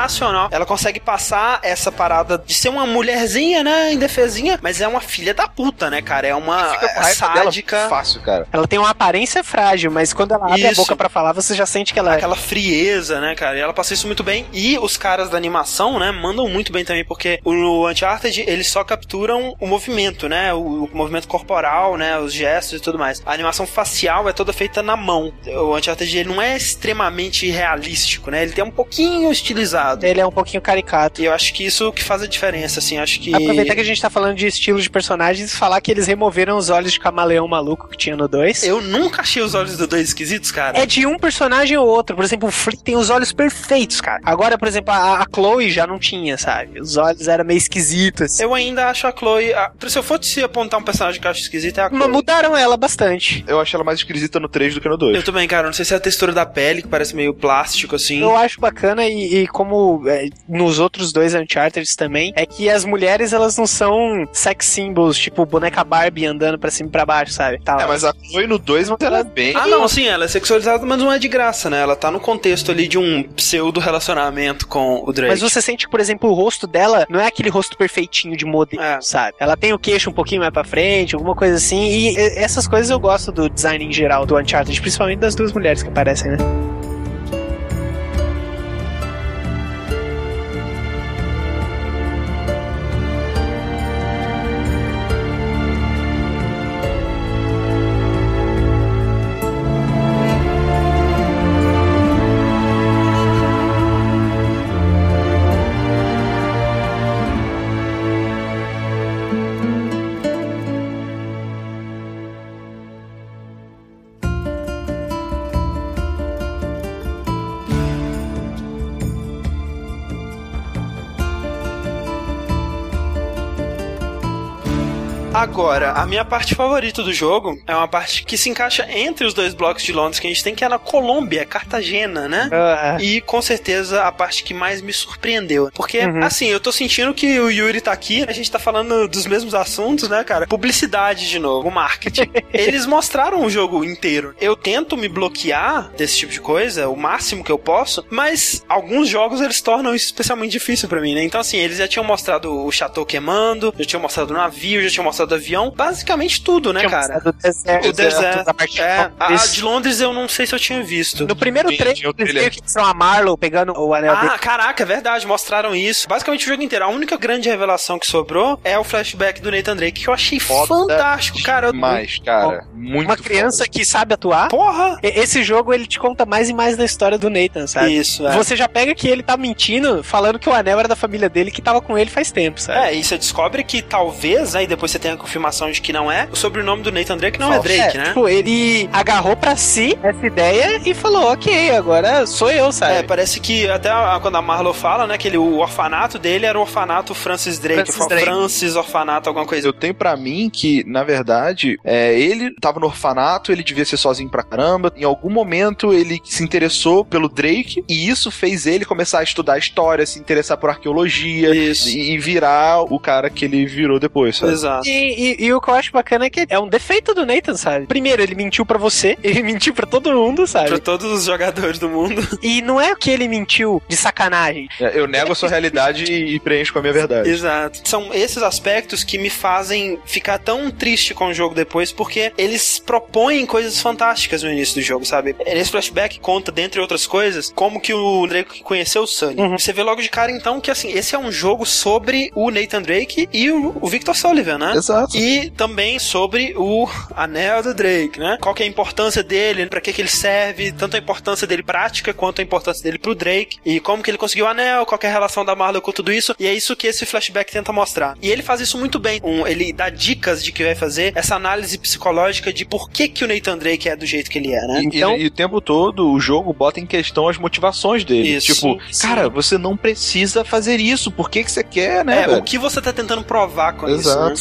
sensacional. Ela consegue passar essa parada de ser uma mulherzinha, né, indefesinha, mas é uma filha da puta, né, cara? É uma é sádica. Fácil, cara. Ela tem uma aparência frágil, mas quando ela abre isso. a boca pra falar, você já sente que ela... Aquela frieza, né, cara? E ela passa isso muito bem. E os caras da animação, né, mandam muito bem também, porque o Uncharted, eles só capturam o movimento, né? O, o movimento corporal, né? Os gestos e tudo mais. A animação facial é toda feita na mão. O Uncharted, ele não é extremamente realístico, né? Ele tem um pouquinho estilizado. Ele é um pouquinho caricato. E eu acho que isso que faz a diferença, assim. Acho que... Aproveitar que a gente tá falando de estilos de personagens e falar que eles removeram os olhos de camaleão maluco que tinha no dois. Eu nunca achei os olhos do dois esquisitos, cara. É de um personagem ou outro. Por exemplo, o Flea tem os olhos perfeitos, cara. Agora, por exemplo, a, a Chloe já não tinha, sabe? Os olhos eram meio esquisitos. Eu ainda acho a Chloe... A... Se eu fosse apontar um personagem que eu acho esquisito, é a Chloe. Mudaram ela bastante. Eu acho ela mais esquisita no três do que no dois. Eu também, cara. Não sei se é a textura da pele, que parece meio plástico, assim. Eu acho bacana e, e como é, nos outros dois Uncharted também, é que as mulheres, elas não são sex symbols, tipo boneca Barbie andando pra cima e pra baixo, sabe? Tal. É, mas a Chloe no dois, ela é bem... Ah, não, sim, ela é sexualizada, mas não é de graça, né? Ela tá no contexto ali de um pseudo-relacionamento com o Drake. Mas você sente que, por exemplo, o rosto dela não é aquele rosto perfeitinho de modelo, é. sabe? Ela tem o queixo um pouquinho mais pra frente, alguma coisa assim, e essas coisas eu gosto do design em geral do Uncharted, principalmente das duas mulheres que aparecem, né? Agora, a minha parte favorita do jogo é uma parte que se encaixa entre os dois blocos de Londres que a gente tem, que é na Colômbia, Cartagena, né? Uh, e com certeza a parte que mais me surpreendeu. Porque, uhum. assim, eu tô sentindo que o Yuri tá aqui, a gente tá falando dos mesmos assuntos, né, cara? Publicidade de novo, marketing. Eles mostraram o jogo inteiro. Eu tento me bloquear desse tipo de coisa, o máximo que eu posso, mas alguns jogos eles tornam isso especialmente difícil pra mim, né? Então, assim, eles já tinham mostrado o chateau queimando, já tinham mostrado o navio, já tinham mostrado do avião, basicamente tudo, né, cara? Do deserto, o deserto. deserto É, a de Londres eu não sei se eu tinha visto. No primeiro Sim, trailer, eles viram que são a Marlowe pegando o anel Ah, dele. caraca, é verdade, mostraram isso. Basicamente o jogo inteiro. A única grande revelação que sobrou é o flashback do Nathan Drake, que eu achei Foda fantástico, cara. Demais, cara. Muito Uma criança foda. que sabe atuar. Porra! Esse jogo, ele te conta mais e mais da história do Nathan, sabe? Isso, é. Você já pega que ele tá mentindo, falando que o anel era da família dele, que tava com ele faz tempo, sabe? É, e você descobre que talvez, aí depois você tem a confirmação de que não é, o sobrenome do Nathan Drake não Falso. é Drake, É, né? tipo, ele agarrou pra si essa ideia e falou, ok, agora sou eu, sabe? É, parece que até a- quando a Marlowe fala, né, que ele, o orfanato dele era o orfanato Francis Drake, Francis Drake. Francis Orfanato, alguma coisa. Eu tenho pra mim que, na verdade, é, ele tava no orfanato, ele devia ser sozinho pra caramba. Em algum momento ele se interessou pelo Drake e isso fez ele começar a estudar história, se interessar por arqueologia Isso. e, e virar o cara que ele virou depois, sabe? Exato. E, e- e o que eu acho bacana é que é um defeito do Nathan, sabe? Primeiro, ele mentiu pra você, ele mentiu pra todo mundo, sabe? Pra todos os jogadores do mundo. E não é que ele mentiu de sacanagem. É, Eu nego a sua realidade e, e preencho com a minha verdade. Exato. São esses aspectos que me fazem ficar tão triste com o jogo depois, porque eles propõem coisas fantásticas no início do jogo, sabe? Esse flashback conta, dentre outras coisas, como que o Drake conheceu o Sully. Uhum. Você vê logo de cara, então, que assim, esse é um jogo sobre o Nathan Drake e o, o Victor Sullivan, né? Exato. E também sobre o anel do Drake, né? Qual que é a importância dele, pra que que ele serve, tanto a importância dele prática, quanto a importância dele pro Drake, e como que ele conseguiu o anel, qual que é a relação da Marlowe com tudo isso, e é isso que esse flashback tenta mostrar. E ele faz isso muito bem. Um, ele dá dicas de que vai fazer essa análise psicológica de por que que o Nathan Drake é do jeito que ele é, né? E, Então- e, e o tempo todo o jogo bota em questão as motivações dele. Isso. Tipo, Sim. cara, você não precisa fazer isso. Por que que você quer, né? É, velho? o que você tá tentando provar com Exato. isso, né? E o que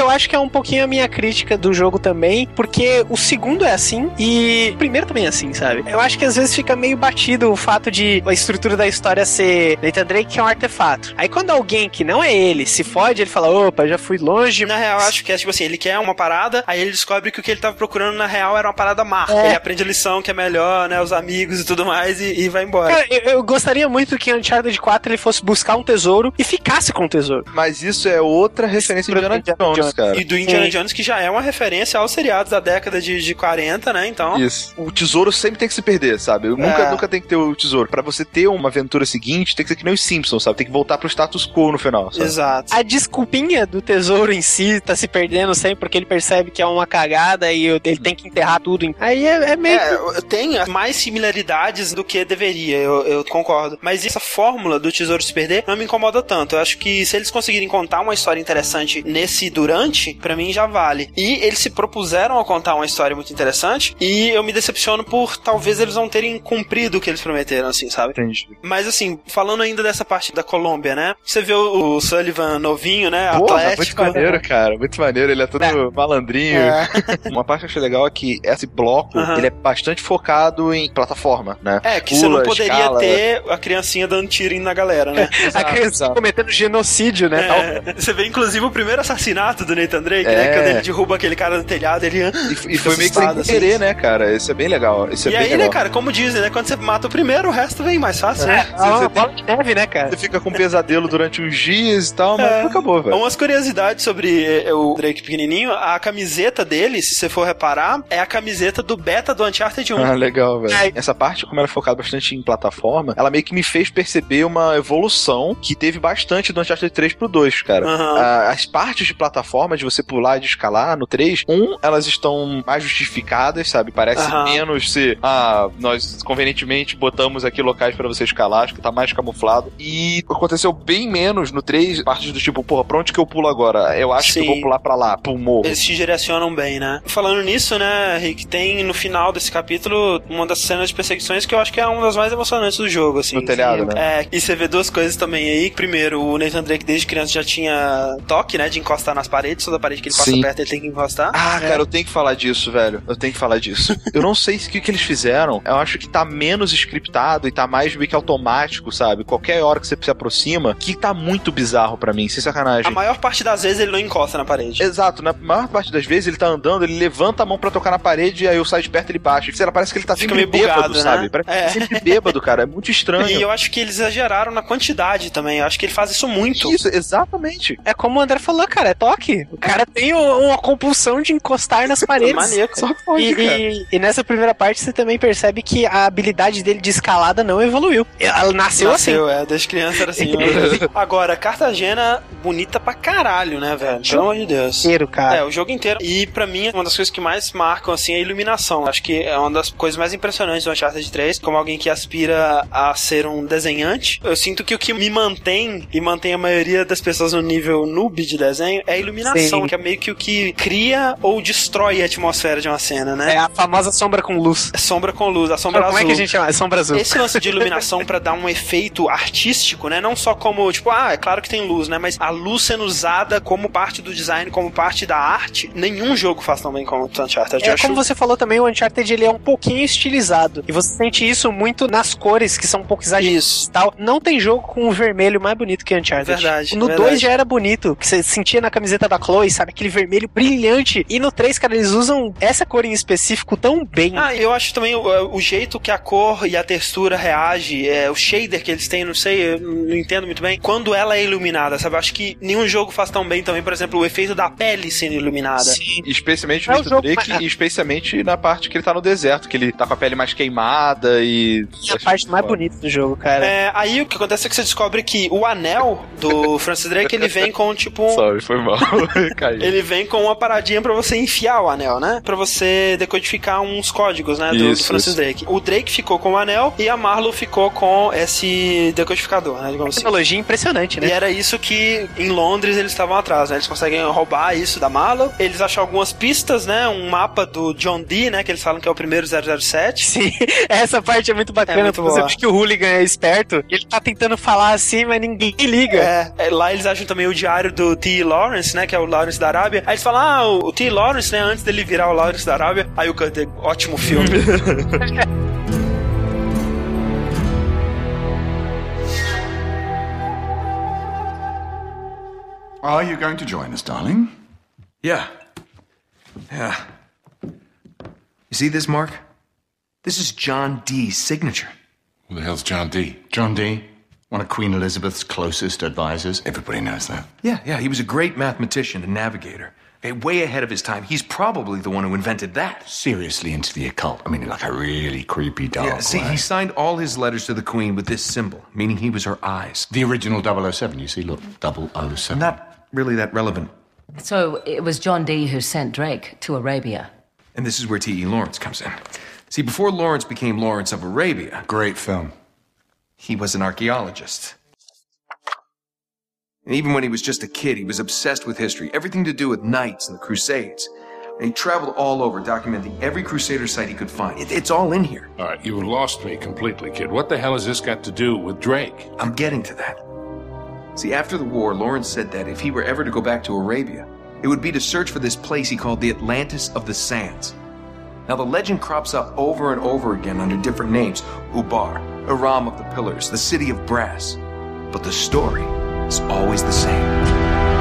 eu acho que é um pouquinho a minha crítica do jogo também, porque o segundo é assim e o primeiro também é assim, sabe? Eu acho que às vezes fica meio batido o fato de a estrutura da história ser Nathan Drake, que é um artefato. Aí quando alguém que não é ele se fode, ele fala, opa, já fui longe. Na real, eu acho que é tipo assim, ele quer uma parada, aí ele descobre que o que ele tava procurando na real era uma parada marca. É. Ele aprende a lição que é melhor, né, os amigos e tudo mais, e, e vai embora. Cara, eu, eu gostaria muito que Uncharted quatro ele fosse buscar um tesouro e ficasse com o tesouro. Mas isso é outra referência de Indiana Jones, Jones, cara. E do Indiana Sim. Jones, que já é uma referência aos seriados da década de, de quarenta, né, então... Isso. O tesouro sempre tem que se perder, sabe? Nunca, É. nunca tem que ter o tesouro. Pra você ter uma aventura seguinte, tem que ser que nem os Simpsons, sabe? Tem que voltar pro status quo no final, sabe? Exato. A desculpinha do tesouro em si tá se perdendo sempre porque ele percebe que é uma cagada e ele tem que enterrar tudo. Em... Aí é, é meio... É, tem mais similaridades do que deveria, eu, eu concordo. Mas essa fórmula do tesouro se perder não me incomoda tanto. Eu acho que se eles conseguirem contar uma história interessante nesse durante, pra mim já vale. E eles se propuseram a contar uma história muito interessante e eu me decepciono por talvez eles não terem cumprido o que eles prometeram, assim, sabe? Entendi. Mas assim, falando ainda dessa parte da Colômbia, né? Você vê o, o Sullivan novinho, né? Porra, Atlético. muito maneiro, cara. Muito maneiro. Ele é todo É. malandrinho. É. Uma parte que eu achei legal é que esse bloco, Uhum. ele é bastante focado em plataforma, né? É, que Pula, você não poderia escala. ter a criancinha dando tiro na galera, né? a criança exato. cometendo genocídio, né? É, você vê inclusive o primeiro assassinato do Nathan Drake, É. né? Quando ele derruba aquele cara no telhado, ele E, e foi meio que sem assustado, querer, assim. né, cara? Isso é bem legal. Isso é E bem aí, legal. né, cara, como dizem, né? Quando você mata o primeiro, o resto vem mais fácil, É, né? é uma bola de neve, né, cara? Você fica com pesadelo durante uns dias e tal, mas É. acabou, velho. Umas curiosidades sobre eh, o Drake pequenininho, a camiseta dele, se você for reparar, é a camiseta do beta do Uncharted um. Ah, legal, velho. É. Essa parte, como ela é focada bastante em plataforma, ela meio que me fez perceber uma evolução que teve bastante do Uncharted três pro dois, cara. Aham. Ah, as partes de plataforma, de você pular e de escalar no três, um, elas estão mais justificadas, sabe? Parece Aham. menos se, ah, nós convenientemente botamos aqui locais pra você escalar, acho que tá mais camuflado. E aconteceu bem menos no três, partes do tipo, porra, pra onde que eu pulo agora? Eu acho Sim. que eu vou pular pra lá, pro morro. Eles te direcionam bem, né? Falando nisso, né, Rick, tem no final desse capítulo uma das cenas de perseguições que eu acho que é uma das mais emocionantes do jogo, assim. No telhado, né? É, e você vê duas coisas também aí. Primeiro, o Nathan Drake desde criança já tinha toque, né, de encostar nas paredes, toda parede que ele passa Sim. perto ele tem que encostar. Ah, É. cara, eu tenho que falar disso, velho. Eu tenho que falar disso. Eu não sei o que, que eles fizeram. Eu acho que tá menos scriptado e tá mais meio que automático, sabe? Qualquer hora que você se aproxima, que tá muito bizarro pra mim, sem sacanagem. A maior parte das vezes ele não encosta na parede. Exato, na maior parte das vezes ele tá andando, ele levanta a mão pra tocar na parede e aí eu saio de perto e ele baixa. Sei lá, parece que ele tá Fica sempre meio bêbado, bugado, né? sabe? Parece É. sempre bêbado, cara. É muito estranho. E eu acho que eles exageraram na quantidade também. Eu acho que ele faz isso muito. Isso, exatamente. É como o André falou, cara, é toque. O cara tem o- uma compulsão de encostar nas paredes. Maníaco. Só pode, E, cara. e- e nessa primeira parte você também percebe que a habilidade dele de escalada não evoluiu. Ela nasceu, Nasceu, é. Desde criança era assim. Agora, Cartagena, bonita pra caralho, né, velho? Pelo amor de Deus. assim, inteiro, cara. É, o jogo inteiro. E pra mim, uma das coisas que mais marcam, assim, é a iluminação. Acho que é uma das coisas mais impressionantes do Uncharted três. Como alguém que aspira a ser um desenhante, eu sinto que o que me mantém e mantém a maioria das pessoas no nível noob de desenho é a iluminação, Sim. que é meio que o que cria ou destrói a atmosfera de uma cena, né? É a famosa sombra com luz. É sombra com luz, a sombra Como azul. é que a gente chama? É sombra azul. Esse lance de iluminação pra dar um efeito artístico, né? Não só como, tipo, ah, é claro que tem luz, né? Mas a luz sendo usada como parte do design, como parte da arte, nenhum jogo faz tão bem como o Uncharted. É, Eu acho- como você falou também, o Uncharted ele é um pouquinho estilizado. E você sente isso muito nas cores, que são um pouco exageradas Isso. e tal. Não tem jogo com um vermelho mais bonito que Uncharted. Verdade, No verdade. dois já era bonito, que você sentia na camiseta da Chloe, sabe? Aquele vermelho brilhante. E no três, cara, eles usam essa cor em específico tão bem. Ah, eu acho também o, o jeito que a cor e a textura reage, é, o shader que eles têm, não sei, eu não entendo muito bem, quando ela é iluminada, sabe? Eu acho que nenhum jogo faz tão bem também, por exemplo, o efeito da pele sendo iluminada. Sim. Especialmente É no o Nathan jogo, Drake mas- e especialmente na parte que ele tá no deserto, que ele tá com a pele mais queimada e... É a parte mais bonita do jogo, cara. É, aí o que acontece é que você descobre que o anel do Francis Drake, ele vem com, tipo... um- Sorry, foi mal. Caiu. Ele vem com uma paradinha pra você enfiar o anel, né? Pra você decodificar uns códigos, né? Do, do Isso, Francis isso. Drake. O Drake ficou com o anel e a Marlo ficou com esse decodificador, né? Digamos assim. Tecnologia impressionante, né? E era isso que em Londres eles estavam atrás, né? Eles conseguem roubar isso da Marlo. Eles acham algumas pistas, né? Um mapa do John Dee, né? Que eles falam que é o primeiro zero zero sete. Sim, essa parte é muito bacana, É muito porque você boa. vê que o Hooligan é esperto, ele tá tentando falar assim, mas ninguém liga. É, é, lá eles acham também o diário do T. Lawrence, né, que é o Lawrence da Arábia. Aí eles falam, ah, o, o T. Lawrence, né, antes dele virar o Lawrence da Arábia. Aí o Cutter, ótimo filme. Are you going to join us, darling? Yeah. Yeah. You see this, Mark? This is John Dee's signature. Who the hell's John Dee? John Dee? One of Queen Elizabeth's closest advisors. Everybody knows that. Yeah, yeah, he was a great mathematician and navigator. Hey, way ahead of his time. He's probably the one who invented that. Seriously into the occult. I mean, like a really creepy dark Yeah, see, way. he signed all his letters to the Queen with this symbol, meaning he was her eyes. The original double oh seven, you see, look, double oh seven. Not really that relevant. So it was John Dee who sent Drake to Arabia. And this is where T E. Lawrence comes in. See, before Lawrence became Lawrence of Arabia, Great film. he was an archaeologist. And even when he was just a kid, he was obsessed with history, everything to do with knights and the Crusades. And he traveled all over, documenting every Crusader site he could find. It, it's all in here. All right, you've lost me completely, kid. What the hell has this got to do with Drake? I'm getting to that. See, after the war, Lawrence said that if he were ever to go back to Arabia, it would be to search for this place he called the Atlantis of the Sands. Now, the legend crops up over and over again under different names. Ubar, Aram of the Pillars, the City of Brass. But the story is always the same.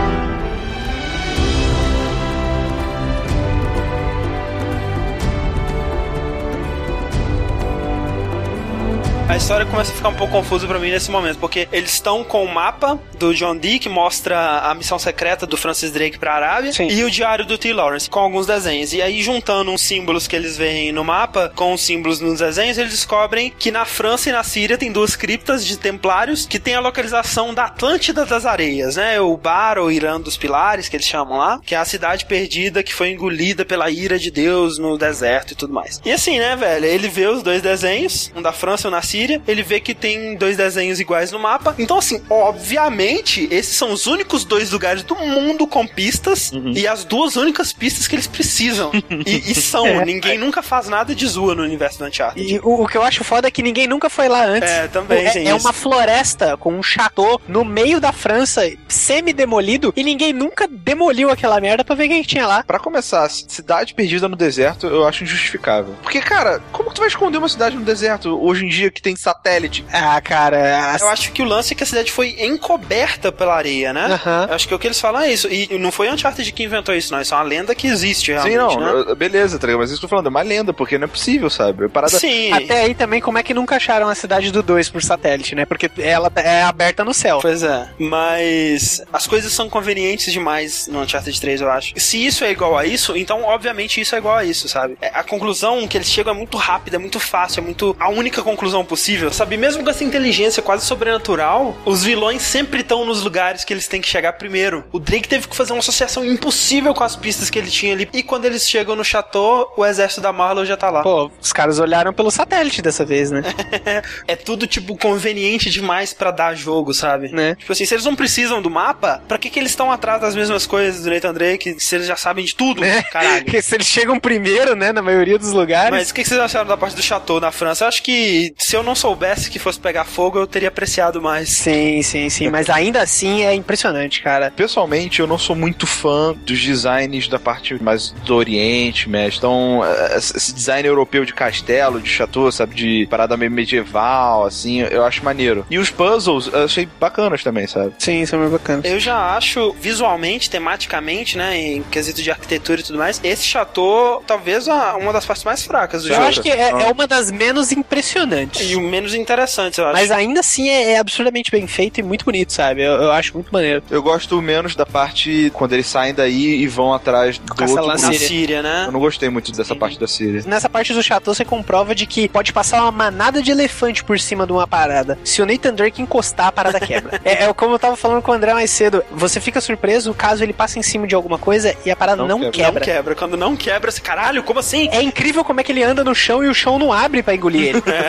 A história começa a ficar um pouco confusa pra mim nesse momento, porque eles estão com o mapa do John Dee, que mostra a missão secreta do Francis Drake pra Arábia, Sim. e o diário do T. Lawrence, com alguns desenhos. E aí, juntando uns símbolos que eles veem no mapa com os símbolos nos desenhos, eles descobrem que na França e na Síria tem duas criptas de templários que tem a localização da Atlântida das Areias, né? O Bar, ou Irã dos Pilares, que eles chamam lá, que é a cidade perdida que foi engolida pela ira de Deus no deserto e tudo mais. E assim, né, velho? Ele vê os dois desenhos, um da França e um na Síria, ele vê que tem dois desenhos iguais no mapa. Então, assim, obviamente, esses são os únicos dois lugares do mundo com pistas uhum. e as duas únicas pistas que eles precisam. e, e são. É. Ninguém nunca faz nada de zoa no universo do Uncharted. E o, o que eu acho foda é que ninguém nunca foi lá antes. É, também. É, é uma floresta com um chateau no meio da França, semi-demolido, e ninguém nunca demoliu aquela merda pra ver quem tinha lá. Pra começar, cidade perdida no deserto, eu acho injustificável. Porque, cara, como que tu vai esconder uma cidade no deserto hoje em dia que tem satélite? Ah, cara... Eu acho que o lance é que a cidade foi encoberta pela areia, né? Uhum. Eu acho que o que eles falam é isso. E não foi o Uncharted que inventou isso, não. Isso é uma lenda que existe, realmente. Sim, não. Né? Beleza, tá ligado? Mas isso que eu tô falando é uma lenda, porque não é possível, sabe? Parada... Sim. Até aí também, como é que nunca acharam a cidade do dois por satélite, né? Porque ela é aberta no céu. Pois é. Mas as coisas são convenientes demais no Uncharted três, eu acho. Se isso é igual a isso, então, obviamente, isso é igual a isso, sabe? A conclusão que eles chegam é muito rápida, é muito fácil, é muito... a única conclusão possível, sabe? Mesmo com essa inteligência quase sobrenatural, os vilões sempre estão nos lugares que eles têm que chegar primeiro. O Drake teve que fazer uma associação impossível com as pistas que ele tinha ali. E quando eles chegam no chateau, o exército da Marlowe já tá lá. Pô, os caras olharam pelo satélite dessa vez, né? É tudo, tipo, conveniente demais pra dar jogo, sabe? Né? Tipo assim, se eles não precisam do mapa, pra que que eles estão atrás das mesmas coisas do Nathan Drake, se eles já sabem de tudo? É. Caralho. Porque se eles chegam primeiro, né, na maioria dos lugares. Mas o que, que vocês acharam da parte do chateau na França? Eu acho que se eu não soubesse que fosse pegar fogo, eu teria apreciado mais. Sim, sim, sim. Mas ainda assim é impressionante, cara. Pessoalmente, eu não sou muito fã dos designs da parte mais do Oriente, Médio. Então, esse design europeu de castelo, de chateau, sabe? De parada meio medieval, assim, eu acho maneiro. E os puzzles, eu achei bacanas também, sabe? Sim, são muito bacanas. Eu já acho, visualmente, tematicamente, né, em quesito de arquitetura e tudo mais, esse chateau, talvez uma das partes mais fracas do eu jogo. Eu acho que é, é uma das menos impressionantes. E o menos interessante, eu acho. Mas ainda assim é, é absurdamente bem feito e muito bonito, sabe? Eu, eu acho muito maneiro. Eu gosto menos da parte quando eles saem daí e vão atrás do outro na Síria. Síria, né? Eu não gostei muito dessa Sim. parte da Síria. Nessa parte do chateau você comprova de que pode passar uma manada de elefante por cima de uma parada. Se o Nathan Drake encostar, a parada quebra. é, é como eu tava falando com o André mais cedo. Você fica surpreso caso ele passe em cima de alguma coisa e a parada não, não quebra. quebra. Não quebra. Quando não quebra, você, caralho, como assim? É incrível como é que ele anda no chão e o chão não abre pra engolir ele. É.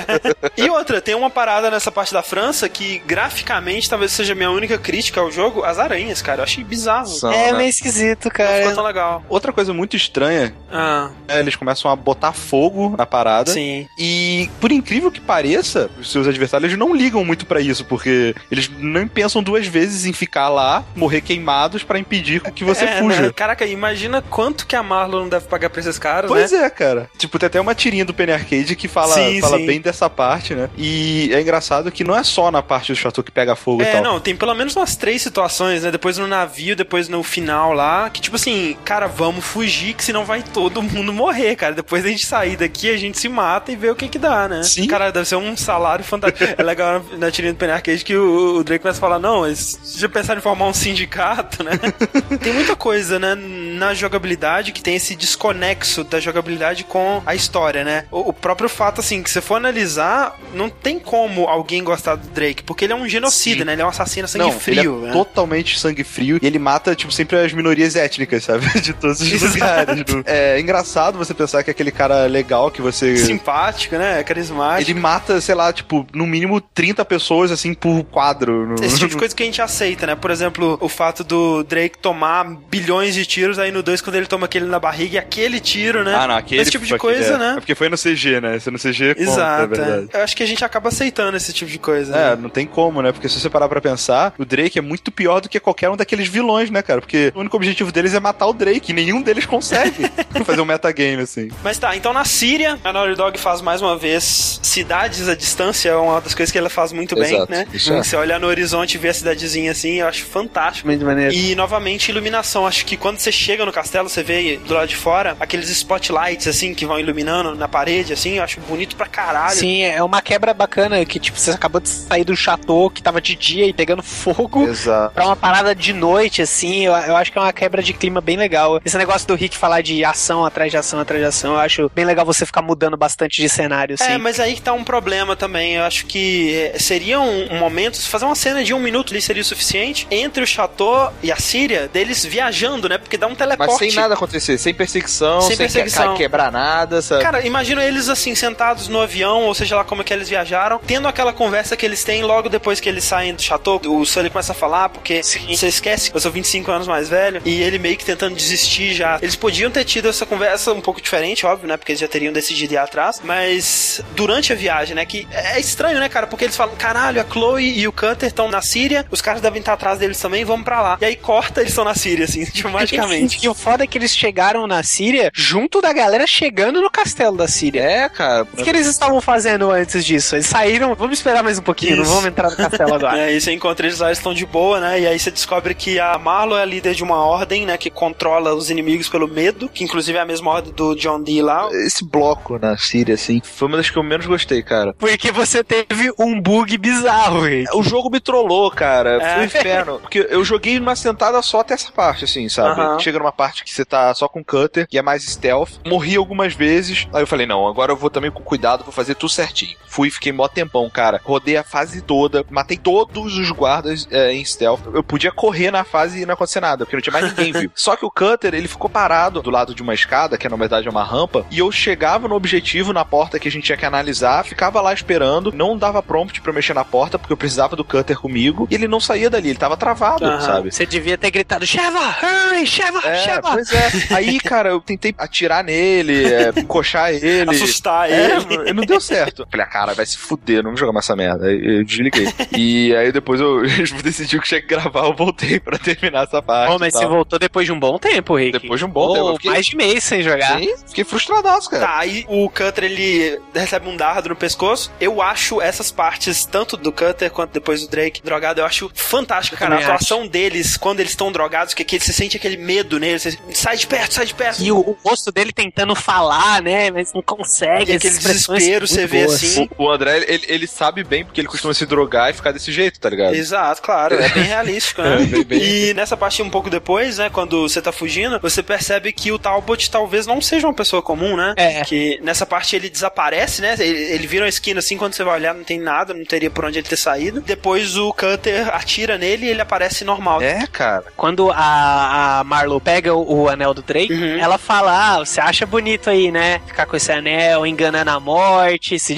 E outra, tem uma parada nessa parte da França que, graficamente, talvez seja a minha única crítica ao jogo, as aranhas, cara. Eu achei bizarro. São, é né? meio esquisito, cara. Não ficou tão legal. Outra coisa muito estranha ah. é eles começam a botar fogo na parada. Sim. E, por incrível que pareça, os seus adversários não ligam muito pra isso, porque eles não pensam duas vezes em ficar lá, morrer queimados pra impedir que você é, fuja. Né? Caraca, imagina quanto que a Marlon não deve pagar pra esses caras, pois né? Pois é, cara. Tipo, tem até uma tirinha do Penny Arcade que fala, sim, fala sim. bem dessa parte, né? E é engraçado que não é só na parte do chateau que pega fogo é, e tal. É, não, tem pelo menos umas três situações, né? Depois no navio, depois no final lá, que tipo assim, cara, vamos fugir, que senão vai todo mundo morrer, cara. Depois a gente sair daqui, a gente se mata e vê o que que dá, né? Sim. Cara, deve ser um salário fantástico. É legal na tirinha do Penny Arcade que o, o Drake começa a falar, não, eles já pensaram em formar um sindicato, né? Tem muita coisa, né, na jogabilidade que tem esse desconexo da jogabilidade com a história, né? O, o próprio fato, assim, que se for analisar, não tem como alguém gostar do Drake, porque ele é um genocida, Sim. né? Ele é um assassino sangue não, frio. Ele é né? totalmente sangue frio e ele mata, tipo, sempre as minorias étnicas, sabe? De todos os lugares. Do... É engraçado você pensar que aquele cara legal que você... Simpático, né? Carismático. Ele mata, sei lá, tipo, no mínimo trinta pessoas, assim, por quadro. No... Esse tipo de coisa que a gente aceita, né? Por exemplo, o fato do Drake tomar bilhões de tiros, aí no dois, quando ele toma aquele na barriga, e aquele tiro, né? Ah, não, aquele... Esse tipo de coisa, é. né? É porque foi no C G, né? Você no C G Exato, conta, é verdade. É. Eu acho que a gente acaba aceitando esse tipo de coisa. É, né? não tem como, né? Porque se você parar pra pensar, o Drake é muito pior do que qualquer um daqueles vilões, né, cara? Porque o único objetivo deles é matar o Drake, e nenhum deles consegue fazer um metagame, assim. Mas tá, então na Síria, a Naughty Dog faz mais uma vez cidades à distância, é uma das coisas que ela faz muito Exato, bem, né? Isso é. Você olhar no horizonte e ver a cidadezinha assim, eu acho fantástico. Muito maneiro. E, novamente, iluminação. Acho que quando você chega no castelo, você vê do lado de fora aqueles spotlights, assim, que vão iluminando na parede, assim, eu acho bonito pra caralho. Sim, é uma quebra bacana, que, tipo, você acabou de sair do chateau, que tava de dia e pegando fogo. Exato. Pra uma parada de noite, assim, eu, eu acho que é uma quebra de clima bem legal. Esse negócio do Rick falar de ação atrás de ação atrás de ação, eu acho bem legal você ficar mudando bastante de cenário, assim. É, mas aí que tá um problema também. Eu acho que seria um, um momento, se fazer uma cena de um minuto ali seria o suficiente, entre o Chateau e a Síria, deles viajando, né? Porque dá um teleporte. Mas sem nada acontecer, sem perseguição, sem, sem perseguição. Que, quebrar nada, sabe? Cara, imagina eles assim, sentados no avião, ou seja lá como é que eles viajaram, tendo aquela conversa que eles têm logo depois que eles saem do Chateau. O Sully começa a falar, porque Sim. você esquece que eu sou vinte e cinco anos mais velho, e ele meio que tentando desistir já. Eles podiam ter tido essa conversa um pouco diferente, óbvio, né? Porque eles já teriam decidido ir atrás, mas durante a viagem, né? Que é estranho, né, cara? Porque eles falam, caralho, a Chloe e o Cutter estão na Síria, os caras devem estar atrás deles também, vamos pra lá. E aí corta, eles estão na Síria, assim, tipo, magicamente. E o foda é que eles chegaram na Síria junto da galera chegando no castelo da Síria. É, cara. O que eles estavam fazendo antes disso? Eles saíram, vamos esperar mais um pouquinho, Isso. não vamos entrar no castelo agora. É, e você encontra eles lá, eles estão de boa, né? E aí você descobre que a Marlo é a líder de uma ordem, né? Que controla os inimigos pelo medo, que inclusive é a mesma ordem do John Dee lá. Esse bloco na Síria, assim, foi uma das que eu menos gostei, cara. Porque você teve um bug bizarro, Rick. O jogo me trollou, cara. É. Foi um inferno. Porque eu joguei numa sentada só até essa parte, assim, sabe? Uh-huh. Chega numa parte que você tá só com cutter e é mais stealth. Morri algumas vezes. Aí eu falei, não, agora eu vou também com cuidado, vou fazer tudo certinho. Fui, fiquei mó tempão, cara. Rodei a fase toda, matei todos os guardas é, em stealth. Eu podia correr na fase e não acontecer nada, porque não tinha mais ninguém vivo. Só que o cutter, ele ficou parado do lado de uma escada, que na verdade é uma rampa, e eu chegava no objetivo, na porta que a gente tinha que analisar, ficava lá esperando, não dava prompt pra eu mexer na porta, porque eu precisava do cutter comigo, e ele não saía dali, ele tava travado, uhum. sabe? Você devia ter gritado, Sheva, hurry, Sheva, é, Sheva. Pois é. Aí, cara, eu tentei atirar nele, é, encoxar ele. Assustar é, ele. Não deu certo. Falei, ah, cara, vai se fuder, não vou jogar mais essa merda. Aí eu desliguei. E aí depois eu decidi que tinha que gravar, eu voltei pra terminar essa parte. Oh, mas você voltou depois de um bom tempo, Rick. Depois de um bom oh, tempo. Fiquei... mais de mês sem jogar. Sim, fiquei frustradaço, cara. Tá, aí o Cutter, ele recebe um dardo no pescoço. Eu acho essas partes, tanto do Cutter quanto depois do Drake drogado, eu acho fantástica, cara. A atuação acho. deles, quando eles estão drogados, que, que você sente aquele medo neles. Você, sai de perto, sai de perto. E o, o rosto dele tentando falar, né? Mas não consegue. E aquele desespero, você vê boas. assim. O, o André, ele, ele sabe bem, porque ele costuma se drogar e ficar desse jeito, tá ligado? Exato, claro. É bem realístico, né? É, bem, bem... E nessa parte um pouco depois, né? Quando você tá fugindo, você percebe que o Talbot talvez não seja uma pessoa comum, né? É. Que nessa parte ele desaparece, né? Ele, ele vira uma esquina assim, quando você vai olhar, não tem nada, não teria por onde ele ter saído. Depois o Cutter atira nele e ele aparece normal. É, cara. Quando a, a Marlo pega o, o anel do Drake, uhum. ela fala, ah, você acha bonito aí, né? Ficar com esse anel, enganando a morte, se divertindo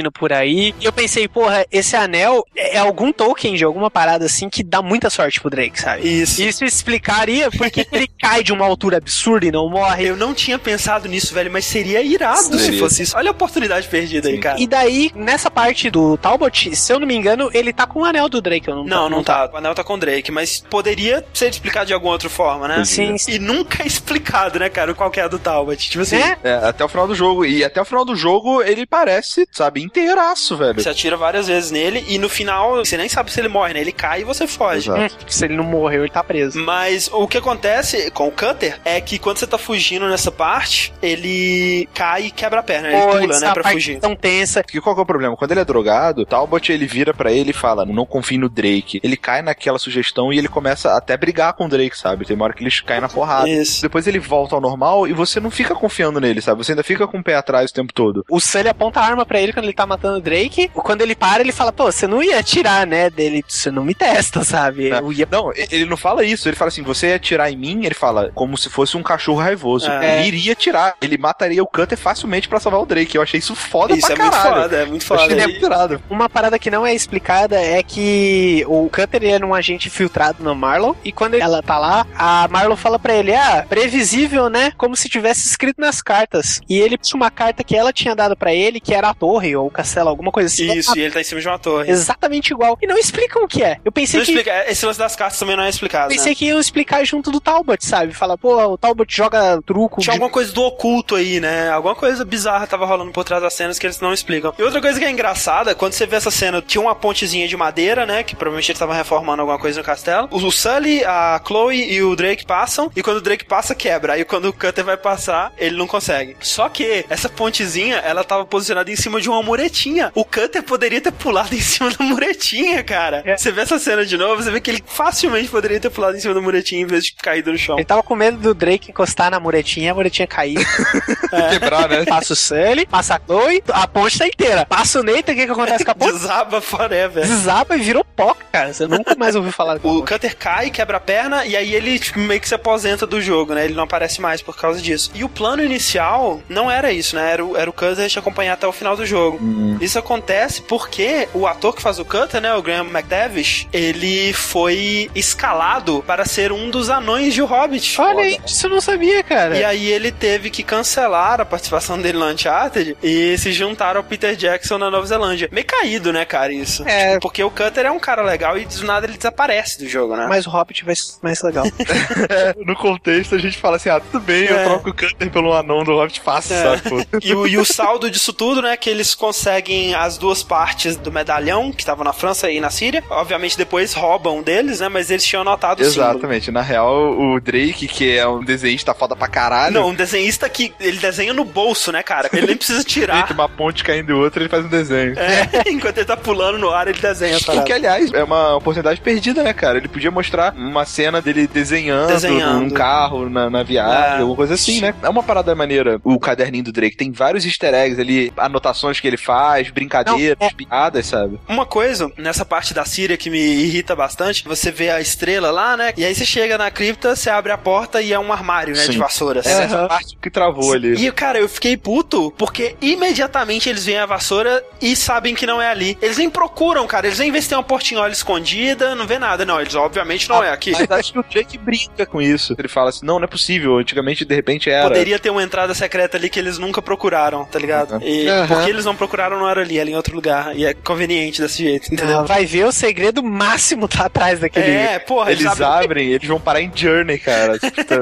existindo por aí. E eu pensei, porra, esse anel é algum token de alguma parada assim que dá muita sorte pro Drake, sabe? Isso. Isso explicaria por que ele cai de uma altura absurda e não morre. Eu não tinha pensado nisso, velho, mas seria irado Sim. se fosse isso. Olha a oportunidade perdida Sim. aí, cara. E daí, nessa parte do Talbot, se eu não me engano, ele tá com o anel do Drake. Eu não, não, tá, não tá. tá. O anel tá com o Drake, mas poderia ser explicado de alguma outra forma, né? Sim. E nunca é explicado, né, cara, qual que é a do Talbot. Tipo assim. É? É, até o final do jogo. E até o final do jogo, ele parece, sabe, inteiraço, velho. Você atira várias vezes nele e no final, você nem sabe se ele morre, né? Ele cai e você foge. Hum, se ele não morreu, ele tá preso. Mas o que acontece com o Cutter é que quando você tá fugindo nessa parte, ele cai e quebra a perna. Ele Pô, pula, né, pra fugir. Tão tensa. Porque qual que é o problema? Quando ele é drogado, Talbot, ele vira pra ele e fala, não confie no Drake. Ele cai naquela sugestão e ele começa até a brigar com o Drake, sabe? Tem uma hora que eles caem na porrada. Isso. Depois ele volta ao normal e você não fica confiando nele, sabe? Você ainda fica com o pé atrás o tempo todo. O Sully aponta a arma pra ele quando ele tá matando o Drake. Quando ele para, ele fala, pô, você não ia atirar, né? Dele, você não me testa, sabe? É. Eu ia... Não, ele não fala isso. Ele fala assim, você ia atirar em mim? Ele fala, como se fosse um cachorro raivoso. É. Ele iria atirar. Ele mataria o Cutter facilmente pra salvar o Drake. Eu achei isso foda isso pra é caralho. Muito foda, é muito foda. Achei muito irado. Uma parada que não é explicada é que o Cutter ele era um agente filtrado na Marlowe, e quando ela tá lá, a Marlowe fala pra ele, ah, previsível, né? Como se tivesse escrito nas cartas. E ele puxa uma carta que ela tinha dado pra ele, que era a torre, ou o castelo, alguma coisa assim. Isso, e ele tá em cima de uma torre. Exatamente igual. E não explicam o que é. Eu pensei não que... Explica. Esse lance das cartas também não é explicado, Pensei né? que iam explicar junto do Talbot, sabe? Fala, pô, o Talbot joga truco. Tinha de... alguma coisa do oculto aí, né? Alguma coisa bizarra tava rolando por trás das cenas que eles não explicam. E outra coisa que é engraçada, quando você vê essa cena, tinha uma pontezinha de madeira, né? Que provavelmente eles estavam reformando alguma coisa no castelo. O, o Sully, a Chloe e o Drake passam, e quando o Drake passa, quebra. Aí quando o Cutter vai passar, ele não consegue. Só que essa pontezinha, ela tava posicionada em cima de uma muretinha. O Cutter poderia ter pulado em cima da muretinha, cara. É. Você vê essa cena de novo, você vê que ele facilmente poderia ter pulado em cima da muretinha em vez de caído no chão. Ele tava com medo do Drake encostar na muretinha, a muretinha cair. É. Quebrar, né? Passa o Sully, passa a Chloe, a ponte tá inteira. Passa o Nathan, o que que acontece com a ponte? Desaba forever. Desaba e virou pó, cara. Você nunca mais ouviu falar O ponte. Cutter cai, quebra a perna, e aí ele tipo, meio que se aposenta do jogo, né? Ele não aparece mais por causa disso. E o plano inicial não era isso, né? Era o, era o Cutter te acompanhar até o final do jogo. Hum. Isso acontece porque o ator que faz o Cutter, né? O Graham McTavish, ele foi escalado para ser um dos anões de O Hobbit. Olha aí, isso eu não sabia, cara. E aí ele teve que cancelar a participação dele no Uncharted e se juntar ao Peter Jackson na Nova Zelândia. Meio caído, né, cara, isso. É. Tipo, porque o Cutter é um cara legal e do nada ele desaparece do jogo, né? Mas o Hobbit vai ser mais legal. É, no contexto a gente fala assim, ah, tudo bem, é. eu troco o Cutter pelo anão do Hobbit fácil, é. sabe? E o, e o saldo disso tudo, né, que eles conseguem as duas partes do medalhão, que estavam na França e na Síria. Obviamente depois roubam deles, né, mas eles tinham anotado o símbolo. Exatamente. Na real, o Drake, que é um desenhista foda pra caralho. Não, um desenhista que ele desenha no bolso, né, cara? Ele nem precisa tirar. Tem uma ponte caindo e outra, ele faz um desenho. É, enquanto ele tá pulando no ar, ele desenha a parada. O que, aliás, é uma oportunidade perdida, né, cara? Ele podia mostrar uma cena dele desenhando, desenhando. um carro na, na viagem, é. alguma coisa assim, né? É uma parada maneira. O caderninho do Drake tem vários easter eggs ali, anotações que ele faz, brincadeiras, Não, é... piadas, sabe? Uma coisa, nessa parte da Síria que me irrita bastante, você vê a estrela lá, né? E aí você chega na cripta, você abre a porta e é um armário, né? Sim. De vassouras. É essa parte que travou ali. E, cara, eu fiquei puto, porque imediatamente eles veem a vassoura e sabem que não é ali. Eles nem procuram, cara. Eles nem veem se tem uma portinhola escondida, não vê nada. Não, eles obviamente não ah, é aqui. Mas acho que o Drake brinca com isso. Ele fala assim, não, não é possível. Antigamente, de repente, era. Poderia ter uma entrada secreta ali que eles nunca procuraram, tá ligado? Uhum. E uhum. porque eles não procuraram, não era ali, era em outro lugar. E é conveniente desse jeito, entendeu? Ah, vai ver o segredo máximo tá atrás daquele... É, porra. Eles, eles abrem... abrem, eles vão parar em Journey, cara.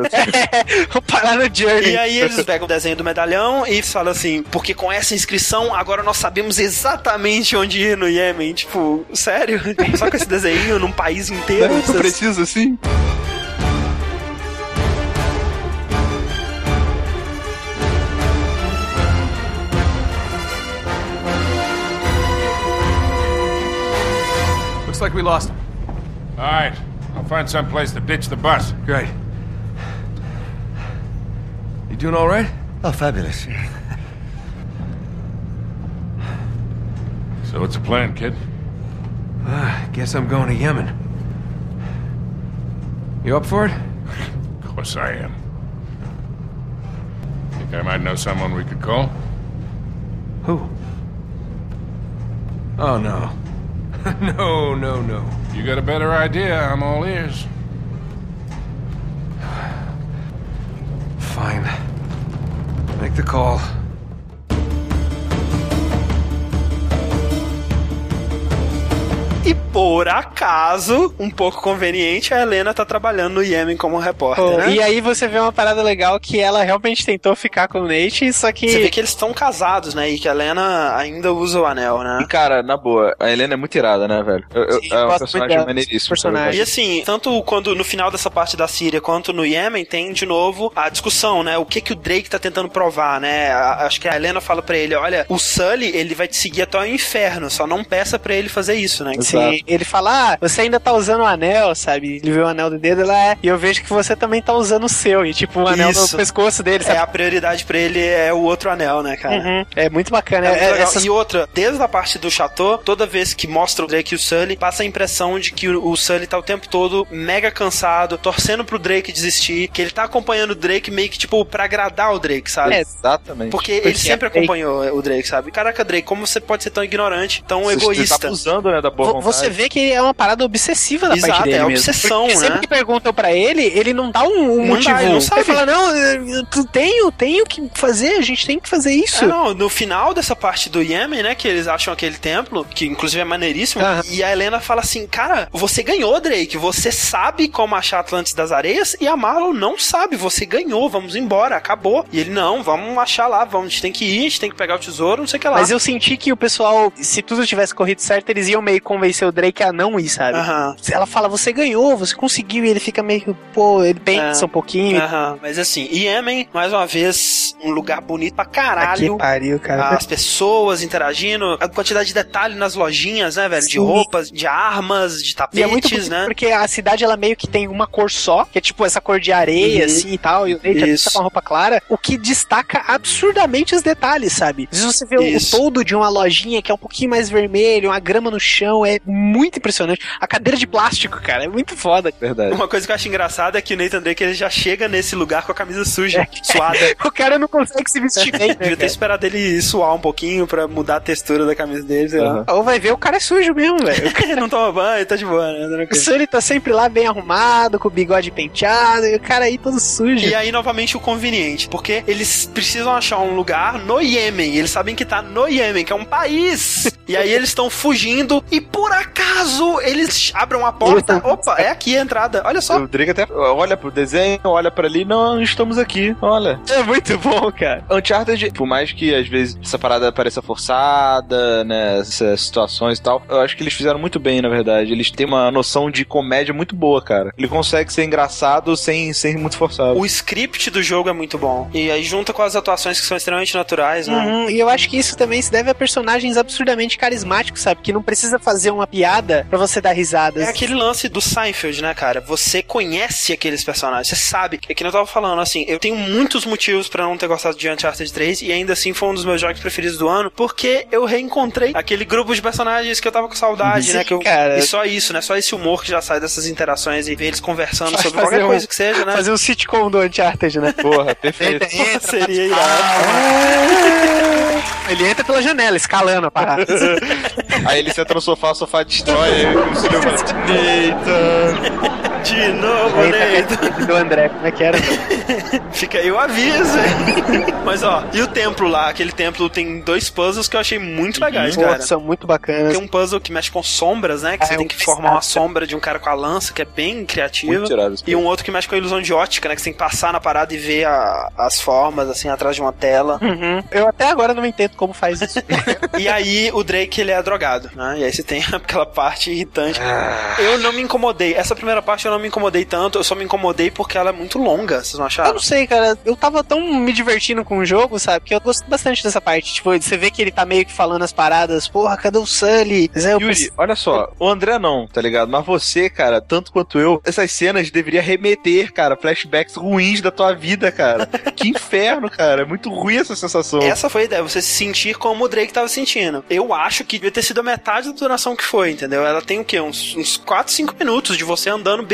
É, vão parar no Journey. E aí eles pegam o desenho do medalhão e falam assim, porque com essa inscrição, agora nós sabemos exatamente onde ir no Iêmen. Tipo, sério? Só com esse desenho num país inteiro? Não, não precisa assim? Looks like we lost him. All right. I'll find some place to ditch the bus. Great. You doing all right? Oh, fabulous. So what's the plan, kid? Uh, guess I'm going to Yemen. You up for it? Of course I am. Think I might know someone we could call? Who? Oh, no. no, no, no. You got a better idea, I'm all ears. Fine. Make the call. E por acaso, um pouco conveniente, a Helena tá trabalhando no Yemen como repórter, oh, né? E aí você vê uma parada legal que ela realmente tentou ficar com o Nate, só que... Você vê que eles estão casados, né? E que a Helena ainda usa o anel, né? E cara, na boa, a Helena é muito irada, né, velho? Eu, eu, Sim, é um gosto personagem muito maneiríssimo. personagem. E assim, tanto quando no final dessa parte da Síria quanto no Iêmen, tem de novo a discussão, né? O que que o Drake tá tentando provar, né? A, acho que a Helena fala pra ele, olha, o Sully, ele vai te seguir até o inferno, só não peça pra ele fazer isso, né? Sim, ele fala, ah, você ainda tá usando o anel, sabe? Ele vê o anel do dedo, ela é, e eu vejo que você também tá usando o seu, e tipo, o anel isso. no pescoço dele, sabe? É, a prioridade pra ele é o outro anel, né, cara? Uhum. É muito bacana. É muito é, legal. essas... E outra, desde a parte do chateau, toda vez que mostra o Drake e o Sully, passa a impressão de que o, o Sully tá o tempo todo mega cansado, torcendo pro Drake desistir, que ele tá acompanhando o Drake meio que, tipo, pra agradar o Drake, sabe? É, exatamente. Porque, Porque ele sempre é acompanhou o Drake, sabe? Caraca, Drake, como você pode ser tão ignorante, tão você, egoísta? Você tá abusando, né, da boa vontade. Você vê que é uma parada obsessiva da Exato, parte dele é mesmo. obsessão, Porque né? sempre que perguntam pra ele, ele não dá um, um não motivo. Dá, ele não sabe. Ele fala, não, eu tenho, tenho que fazer, a gente tem que fazer isso. É, não, no final dessa parte do Yemen, né, que eles acham aquele templo, que inclusive é maneiríssimo, uhum. E a Helena fala assim, cara, você ganhou, Drake, você sabe como achar Atlantis das Areias e a Marlowe não sabe, você ganhou, vamos embora, acabou. E ele, não, vamos achar lá, vamos, a gente tem que ir, a gente tem que pegar o tesouro, não sei o que lá. Mas eu senti que o pessoal, se tudo tivesse corrido certo, eles iam meio convencer o Drake a não ir, sabe? Uhum. Ela fala, você ganhou, você conseguiu, e ele fica meio, pô, ele pensa é. um pouquinho. Uhum. Mas assim, Yemen, mais uma vez, um lugar bonito pra caralho. Que pariu, cara. As pessoas interagindo, a quantidade de detalhe nas lojinhas, né, velho? Sim. De roupas, de armas, de tapetes, e é muito bonito, né? Porque a cidade, ela meio que tem uma cor só, que é tipo essa cor de areia, uhum. assim, e tal, e o Nate tá com a roupa clara, o que destaca absurdamente os detalhes, sabe? Se você vê Isso. o todo de uma lojinha que é um pouquinho mais vermelho, uma grama no chão, é muito impressionante. A cadeira de plástico, cara, é muito foda. Verdade. Uma coisa que eu acho engraçada é que o Nathan Drake, ele já chega nesse lugar com a camisa suja, é. suada. O cara não consegue se vestir bem, né? Devia ter esperado ele suar um pouquinho pra mudar a textura da camisa dele, sei lá. Uhum. Ou vai ver, o cara é sujo mesmo, velho. Não toma banho, tá de boa, né? O Sully tá sempre lá bem arrumado, com o bigode penteado, e o cara aí todo sujo. E aí, novamente, o conveniente, porque eles precisam achar um lugar no Iêmen, e eles sabem que tá no Iêmen, que é um país. E aí eles estão fugindo, e por acaso, eles abrem a porta, opa, é aqui a entrada, olha só. O Drake até olha pro desenho, olha pra ali, não, estamos aqui, olha. É muito bom, cara. Uncharted, por mais que às vezes essa parada pareça forçada, né, essas situações e tal, eu acho que eles fizeram muito bem, na verdade. Eles têm uma noção de comédia muito boa, cara. Ele consegue ser engraçado sem ser muito forçado. O script do jogo é muito bom. E aí junta com as atuações que são extremamente naturais, né? Uhum, e eu acho que isso também se deve a personagens absurdamente carismáticos, sabe? Que não precisa fazer uma piada pra você dar risadas. É aquele lance do Seinfeld, né, cara? Você conhece aqueles personagens, você sabe. É que eu tava falando, assim, eu tenho muitos motivos pra não ter gostado de Uncharted três e ainda assim foi um dos meus jogos preferidos do ano, porque eu reencontrei aquele grupo de personagens que eu tava com saudade, Sim, né? Que eu... cara. E só isso, né? Só esse humor que já sai dessas interações e ver eles conversando Faz sobre qualquer um, coisa que seja, né? Fazer um sitcom do Uncharted, né? Porra, perfeito. Entra, entra, seria irado. Ah, ele entra pela janela, escalando a parada. Aí ele senta no sofá, o sofá destrói, aí o Silvio fala, Nathan... De novo, Nathan. Do André, como é que era? Fica aí o aviso, hein? Mas ó, e o templo lá? Aquele templo tem dois puzzles que eu achei muito legais, uhum. cara. São muito bacanas. Tem um puzzle que mexe com sombras, né? Que ah, você é tem que formar uma sombra de um cara com a lança, que é bem criativa. E um outro que mexe com a ilusão de ótica, né? Que você tem que passar na parada e ver a, as formas, assim, atrás de uma tela. Uhum. Eu até agora não entendo como faz isso. E aí, o Drake, ele é drogado, né? E aí você tem aquela parte irritante. Ah. Eu não me incomodei. Essa primeira parte eu não me incomodei tanto, eu só me incomodei porque ela é muito longa, vocês não acharam? Eu não sei, cara. Eu tava tão me divertindo com o jogo, sabe? Que eu gosto bastante dessa parte. Tipo, você vê que ele tá meio que falando as paradas. Porra, cadê o Sully? Mas Yuri, pense... olha só. O André não, tá ligado? Mas você, cara, tanto quanto eu, essas cenas deveriam remeter, cara, flashbacks ruins da tua vida, cara. Que inferno, cara. É muito ruim essa sensação. Essa foi a ideia, você se sentir como o Drake tava sentindo. Eu acho que devia ter sido a metade da duração que foi, entendeu? Ela tem o quê? Uns, uns quatro, cinco minutos de você andando bêbado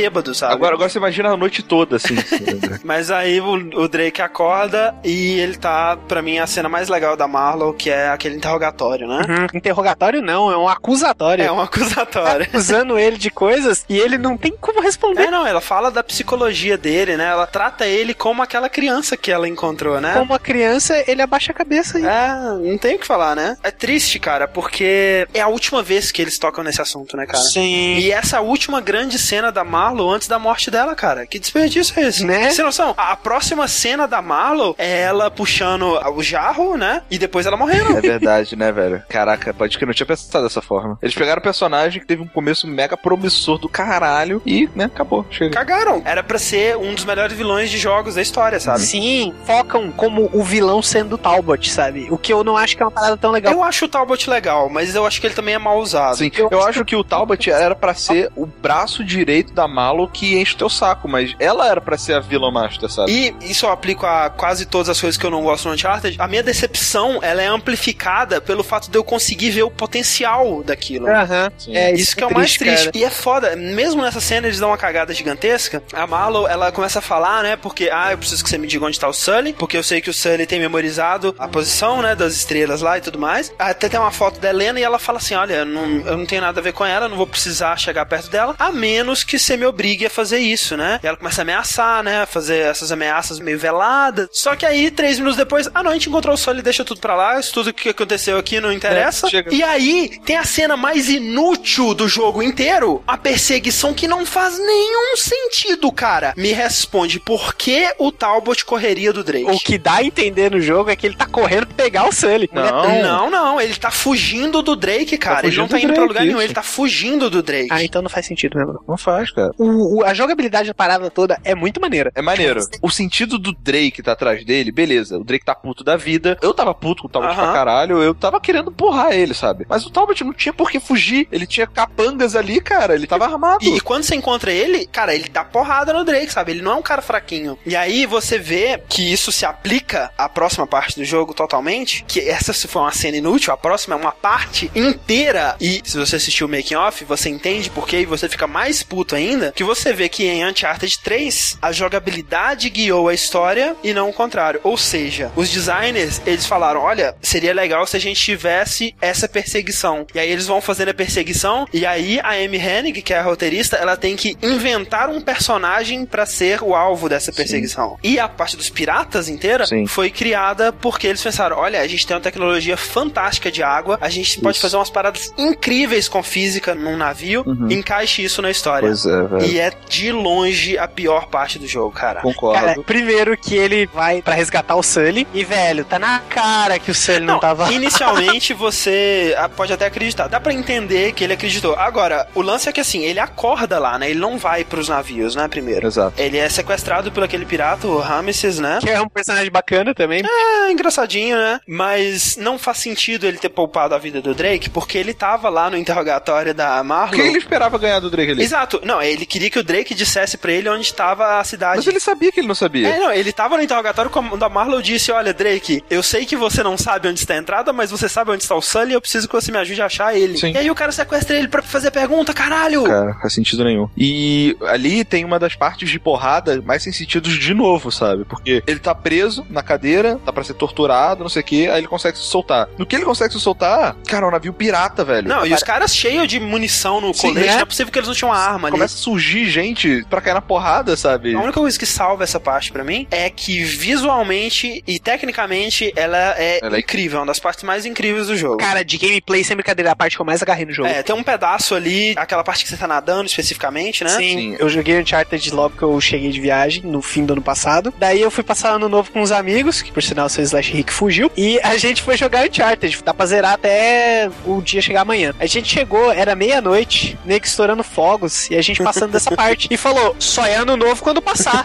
bêbado, sabe? Agora, agora você imagina a noite toda, assim. Mas aí o, o Drake acorda e ele tá, pra mim, a cena mais legal da Marlowe, que é aquele interrogatório, né? Uhum. Interrogatório não, é um acusatório. É um acusatório. Tá acusando ele de coisas e ele não tem como responder. É, não, ela fala da psicologia dele, né? Ela trata ele como aquela criança que ela encontrou, né? Como a criança, ele abaixa a cabeça. E... É, não tem o que falar, né? É triste, cara, porque é a última vez que eles tocam nesse assunto, né, cara? Sim. E essa última grande cena da Marlowe antes da morte dela, cara. Que desperdício é esse? Né? Sem noção, a, a próxima cena da Marlowe é ela puxando o jarro, né? E depois ela morrendo. É verdade, né, velho? Caraca, pode que eu não tinha pensado dessa forma. Eles pegaram um personagem que teve um começo mega promissor do caralho e, né, acabou. Chega. Cagaram. Era pra ser um dos melhores vilões de jogos da história, sabe? Sim, focam como o vilão sendo o Talbot, sabe? O que eu não acho que é uma parada tão legal. Eu acho o Talbot legal, mas eu acho que ele também é mal usado. Sim, eu, eu acho que o Talbot era pra ser o braço direito da Marlowe que enche o teu saco, mas ela era pra ser a Villain Master, sabe? E isso eu aplico a quase todas as coisas que eu não gosto no Uncharted. A minha decepção, ela é amplificada pelo fato de eu conseguir ver o potencial daquilo. Aham. Uhum. É, isso, isso que é o mais triste. Cara. E é foda, mesmo nessa cena eles dão uma cagada gigantesca. A Marlowe, ela começa a falar, né, porque, ah, eu preciso que você me diga onde tá o Sully, porque eu sei que o Sully tem memorizado a posição, né, das estrelas lá e tudo mais. Até tem uma foto da Helena e ela fala assim, olha, eu não, eu não tenho nada a ver com ela, não vou precisar chegar perto dela, a menos que você me obrigue a fazer isso, né? E ela começa a ameaçar, né, fazer essas ameaças meio veladas. Só que aí, três minutos depois, ah, não, a gente encontrou o Sully, deixa tudo pra lá, isso tudo que aconteceu aqui não interessa. É, e aí, tem a cena mais inútil do jogo inteiro, a perseguição que não faz nenhum sentido, cara. Me responde, por que o Talbot correria do Drake? O que dá a entender no jogo é que ele tá correndo pra pegar o Sully. Não, não, não, ele tá fugindo do Drake, cara. Tá ele não tá indo Drake, pra lugar isso. nenhum, ele tá fugindo do Drake. Ah, então não faz sentido mesmo. Não faz, cara. O, o, a jogabilidade da parada toda é muito maneira. É maneiro. O sentido do Drake tá atrás dele, beleza. O Drake tá puto da vida. Eu tava puto com o Talbot uh-huh. pra caralho. Eu tava querendo porrar ele, sabe? Mas o Talbot não tinha por que fugir. Ele tinha capangas ali, cara. Ele tava armado. E, e quando você encontra ele, cara, ele dá porrada no Drake, sabe? Ele não é um cara fraquinho. E aí você vê que isso se aplica à próxima parte do jogo totalmente. Que essa se for uma cena inútil, a próxima é uma parte inteira. E se você assistiu o making off, você entende por quê e você fica mais puto ainda. Que você vê que em Uncharted três, a jogabilidade guiou a história e não o contrário. Ou seja, os designers, eles falaram, olha, seria legal se a gente tivesse essa perseguição. E aí eles vão fazendo a perseguição e aí a Amy Hennig, que é a roteirista, ela tem que inventar um personagem pra ser o alvo dessa perseguição. Sim. E a parte dos piratas inteira Sim. foi criada porque eles pensaram, olha, a gente tem uma tecnologia fantástica de água, a gente isso. pode fazer umas paradas incríveis com física num navio, uhum. encaixe isso na história. Pois é, velho. E é de longe a pior parte do jogo, cara. Concordo. Cara, primeiro que ele vai pra resgatar o Sully e, velho, tá na cara que o Sully não, não tava... Inicialmente você pode até acreditar. Dá pra entender que ele acreditou. Agora, o lance é que assim, ele acorda lá, né? Ele não vai pros navios, né? Primeiro. Exato. Ele é sequestrado por aquele pirata, o Ramesses, né? Que é um personagem bacana também. É, engraçadinho, né? Mas não faz sentido ele ter poupado a vida do Drake, porque ele tava lá no interrogatório da Marlowe. O que ele esperava ganhar do Drake ali? Exato. Não, ele queria que o Drake dissesse pra ele onde estava a cidade. Mas ele sabia que ele não sabia. É, não, ele tava no interrogatório quando a Marlowe disse, olha, Drake, eu sei que você não sabe onde está a entrada, mas você sabe onde está o Sully e eu preciso que você me ajude a achar ele. Sim. E aí o cara sequestra ele pra fazer pergunta, caralho! Cara, faz sentido nenhum. E ali tem uma das partes de porrada mais sem sentido de novo, sabe? Porque ele tá preso na cadeira, tá pra ser torturado, não sei o que, aí ele consegue se soltar. No que ele consegue se soltar, cara, é um navio pirata, velho. Não, e os caras cheios de munição no Sim, colete, né? Não é possível que eles não tinham uma arma ali. Começa a surgir gente pra cair na porrada, sabe? A única coisa que salva essa parte pra mim é que visualmente e tecnicamente ela é ela incrível, é uma das partes mais incríveis do jogo. Cara, de gameplay, sem brincadeira, a parte que eu mais agarrei no jogo. É, tem um pedaço ali, aquela parte que você tá nadando especificamente, né? Sim, Sim. Eu joguei Uncharted logo que eu cheguei de viagem, no fim do ano passado. Daí eu fui passar ano novo com uns amigos, que por sinal o seu Slash Rick fugiu, e a gente foi jogar Uncharted. Dá pra zerar até o dia chegar amanhã. A gente chegou, era meia-noite, meio que estourando fogos, e a gente passando dessa parte. E falou, só é ano novo quando passar.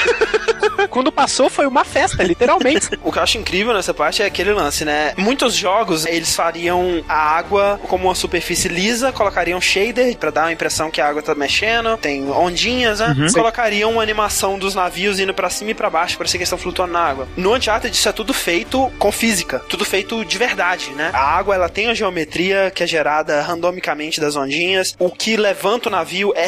Gente, quando passou foi uma festa, literalmente. O que eu acho incrível nessa parte é aquele lance, né? Muitos jogos, eles fariam a água como uma superfície lisa, colocariam shader pra dar a impressão que a água tá mexendo, tem ondinhas, né? Uhum. Colocariam uma animação dos navios indo pra cima e pra baixo, parecia que eles estão flutuando na água. No Uncharted, isso é tudo feito com física, tudo feito de verdade, né? A água, ela tem a geometria que é gerada randomicamente das ondinhas, o que levanta o navio é a posição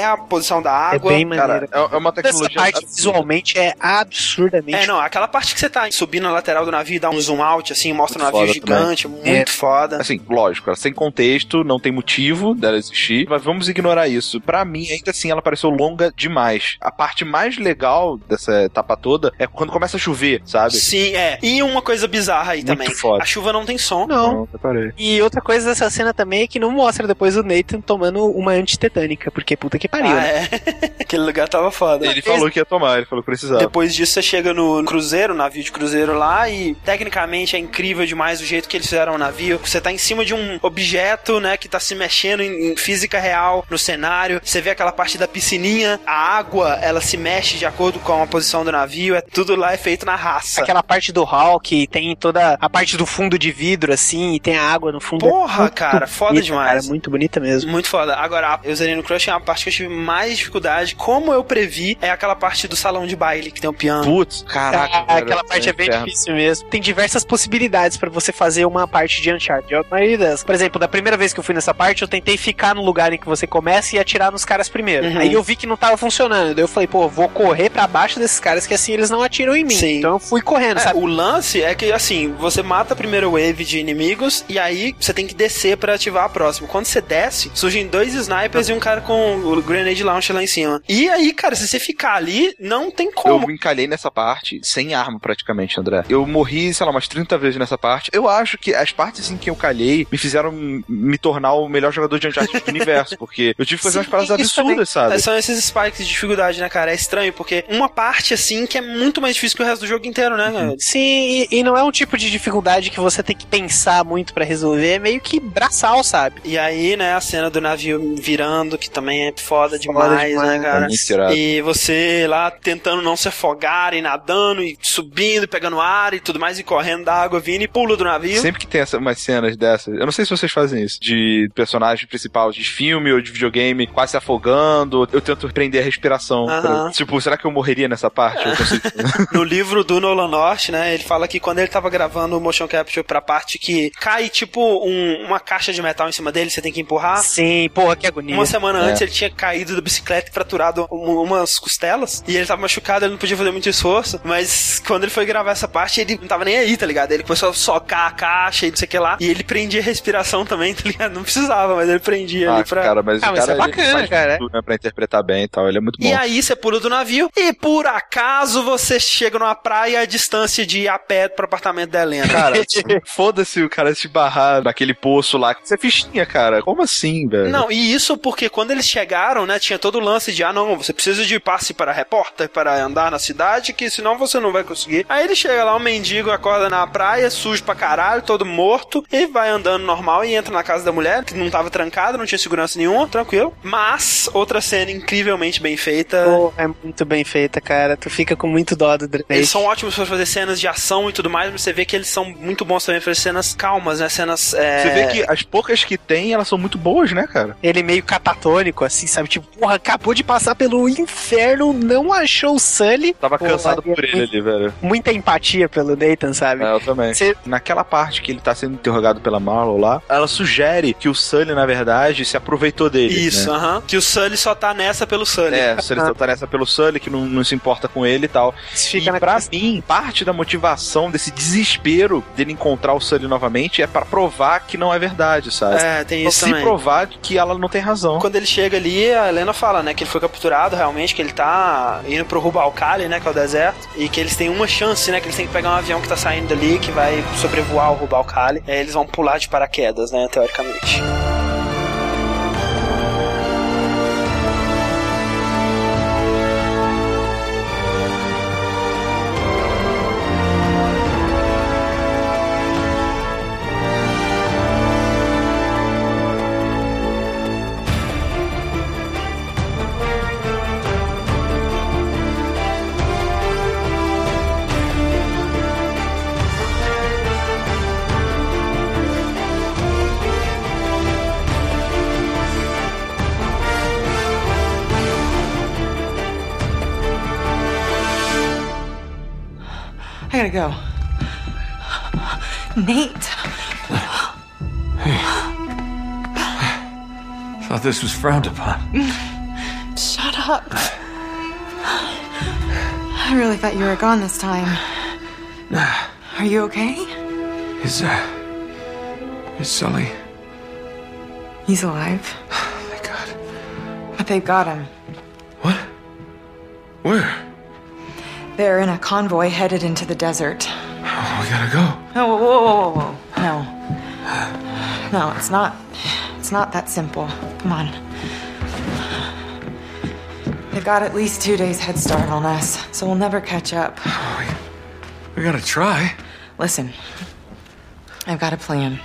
composição da água. É bem maneiro. Cara, é uma tecnologia... Essa parte absurda. visualmente é absurdamente... É, não, aquela parte que você tá subindo na lateral do navio e dá um zoom out, assim, mostra um Muito navio foda gigante, também. muito É. foda. Assim, lógico, ela sem contexto, não tem motivo dela existir, mas vamos ignorar isso. Pra mim, ainda assim, ela pareceu longa demais. A parte mais legal dessa etapa toda é quando começa a chover, sabe? Sim, é. E uma coisa bizarra aí Muito também. foda. A chuva não tem som. Não. reparei. E outra coisa dessa cena também é que não mostra depois o Nathan tomando uma antitetânica, porque puta que pariu, Ah, né? é. Aquele lugar tava foda. Ele falou que ia tomar, ele falou que precisava. Depois disso, você chega no cruzeiro, navio de cruzeiro lá, e tecnicamente é incrível demais o jeito que eles fizeram o navio. Você tá em cima de um objeto, né, que tá se mexendo em, em física real no cenário. Você vê aquela parte da piscininha, a água, ela se mexe de acordo com a posição do navio. É, tudo lá é feito na raça. Aquela parte do Hulk, tem toda a parte do fundo de vidro, assim, e tem a água no fundo. Porra, É muito cara, foda bonita, demais. Cara, muito bonita mesmo. Muito foda. Agora, eu zerei no Crush, é uma parte que eu tive mais dificuldade. Como eu previ, é aquela parte do salão de baile, que tem o piano. Putz, caraca. Ah, velho, aquela parte é bem inferno. difícil mesmo. Tem diversas possibilidades pra você fazer uma parte de Uncharted. A maioria delas. Por exemplo, da primeira vez que eu fui nessa parte, eu tentei ficar no lugar em que você começa e atirar nos caras primeiro. Uhum. Aí eu vi que não tava funcionando. Daí eu falei, pô, vou correr pra baixo desses caras que assim eles não atiram em mim. Sim. Então eu fui correndo, É, sabe? o lance é que, assim, você mata a primeira wave de inimigos e aí você tem que descer pra ativar a próxima. Quando você desce, surgem dois snipers e um cara com o grenade launcher lá em cima. E aí, cara, se você ficar ali, não tem Eu como. me encalhei nessa parte sem arma praticamente, André. Eu morri, sei lá, umas trinta vezes nessa parte. Eu acho que as partes em que eu calhei me fizeram me tornar o melhor jogador de Uncharted do universo, porque eu tive que fazer umas paradas Isso também. absurdas, sabe? É, são esses spikes de dificuldade, né, cara? É estranho, porque uma parte, assim, que é muito mais difícil que o resto do jogo inteiro, né? Uhum. Sim, e, e não é um tipo de dificuldade que você tem que pensar muito pra resolver, é meio que braçal, sabe? E aí, né, a cena do navio virando, que também é foda, foda demais, demais, né, cara? É e você lá tentando não se afogar e nadando e subindo e pegando ar e tudo mais e correndo da água, vindo e pula do navio. Sempre que tem essa, umas cenas dessas, eu não sei se vocês fazem isso, de personagem principal de filme ou de videogame quase se afogando, eu tento prender a respiração. Uh-huh. pra, tipo, será que eu morreria nessa parte? Eu consigo... No livro do Nolan North, né, ele fala que quando ele tava gravando o motion capture pra parte que cai tipo um, uma caixa de metal em cima dele, você tem que empurrar. Sim, porra, que agonia. Uma semana é. antes ele tinha caído da bicicleta e fraturado um, umas costelas, e ele tava machucado, ele não podia fazer muito esforço, mas quando ele foi gravar essa parte, ele não tava nem aí, tá ligado? Ele começou a socar a caixa e não sei o que lá, e ele prendia a respiração também, tá ligado? Não precisava, mas ele prendia ah, ali pra... cara, mas ah, o mas cara, é bacana, ele faz cara. tudo, né, pra interpretar bem e tal, ele é muito bom. E aí você pula do navio e por acaso você chega numa praia a distância de ir a pé pro apartamento da Helena. Cara, foda-se o cara se barrar naquele poço lá. Isso é fichinha, cara. Como assim, velho? Não, e isso porque quando eles chegaram, né, tinha todo o lance de, ah, não, você precisa de passe para repórter para andar na cidade, que senão você não vai conseguir. Aí ele chega lá, um mendigo acorda na praia, sujo pra caralho, todo morto, e vai andando normal e entra na casa da mulher, que não tava trancada, não tinha segurança nenhuma, tranquilo. Mas, outra cena incrivelmente bem feita. Oh, é muito bem feita, cara. Tu fica com muito dó do Drake. Eles são ótimos pra fazer cenas de ação e tudo mais, mas você vê que eles são muito bons também pra fazer cenas calmas, né? Cenas. É... Você vê que as poucas que tem, elas são muito boas, né, cara? Ele meio catatônico, assim, sabe? Tipo, porra, acabou de passar pelo inferno, não achou o Sully. Tava porra, cansado por ele ali, velho. Muita empatia pelo Nathan, sabe? É, eu também. Você... Naquela parte que ele tá sendo interrogado pela Marlowe lá, ela sugere que o Sully, na verdade, se aproveitou dele. Isso, né? aham. Uh-huh. Que o Sully só tá nessa pelo Sully. É, o Sully só tá nessa pelo Sully, que não, não se importa com ele e tal. Fica e na pra questão. mim, parte da motivação desse desespero dele encontrar o Sully novamente é pra provar que não é verdade, sabe? É, tem isso se também. provar que ela não tem razão. Quando ele chega ali, a Helena fala, né, que ele foi capturado realmente, que ele tá indo pro Rubalcali, né, que é o deserto, e que eles têm uma chance, né, que eles têm que pegar um avião que tá saindo dali, que vai sobrevoar o Rubalcali, e aí eles vão pular de paraquedas, né, teoricamente. I gotta go. Nate. Thought this was frowned upon. Shut up. I really thought you were gone this time. Are you okay? Is, uh... Is Sully... He's alive. Thank God. But they've got him. What? Where? They're in a convoy headed into the desert. Oh, we gotta go. Oh, whoa, whoa, whoa, whoa, whoa. No. No, it's not... It's not that simple. Come on. They've got at least two days head start on us, so we'll never catch up. Oh, we, we gotta try. Listen, I've got a plan.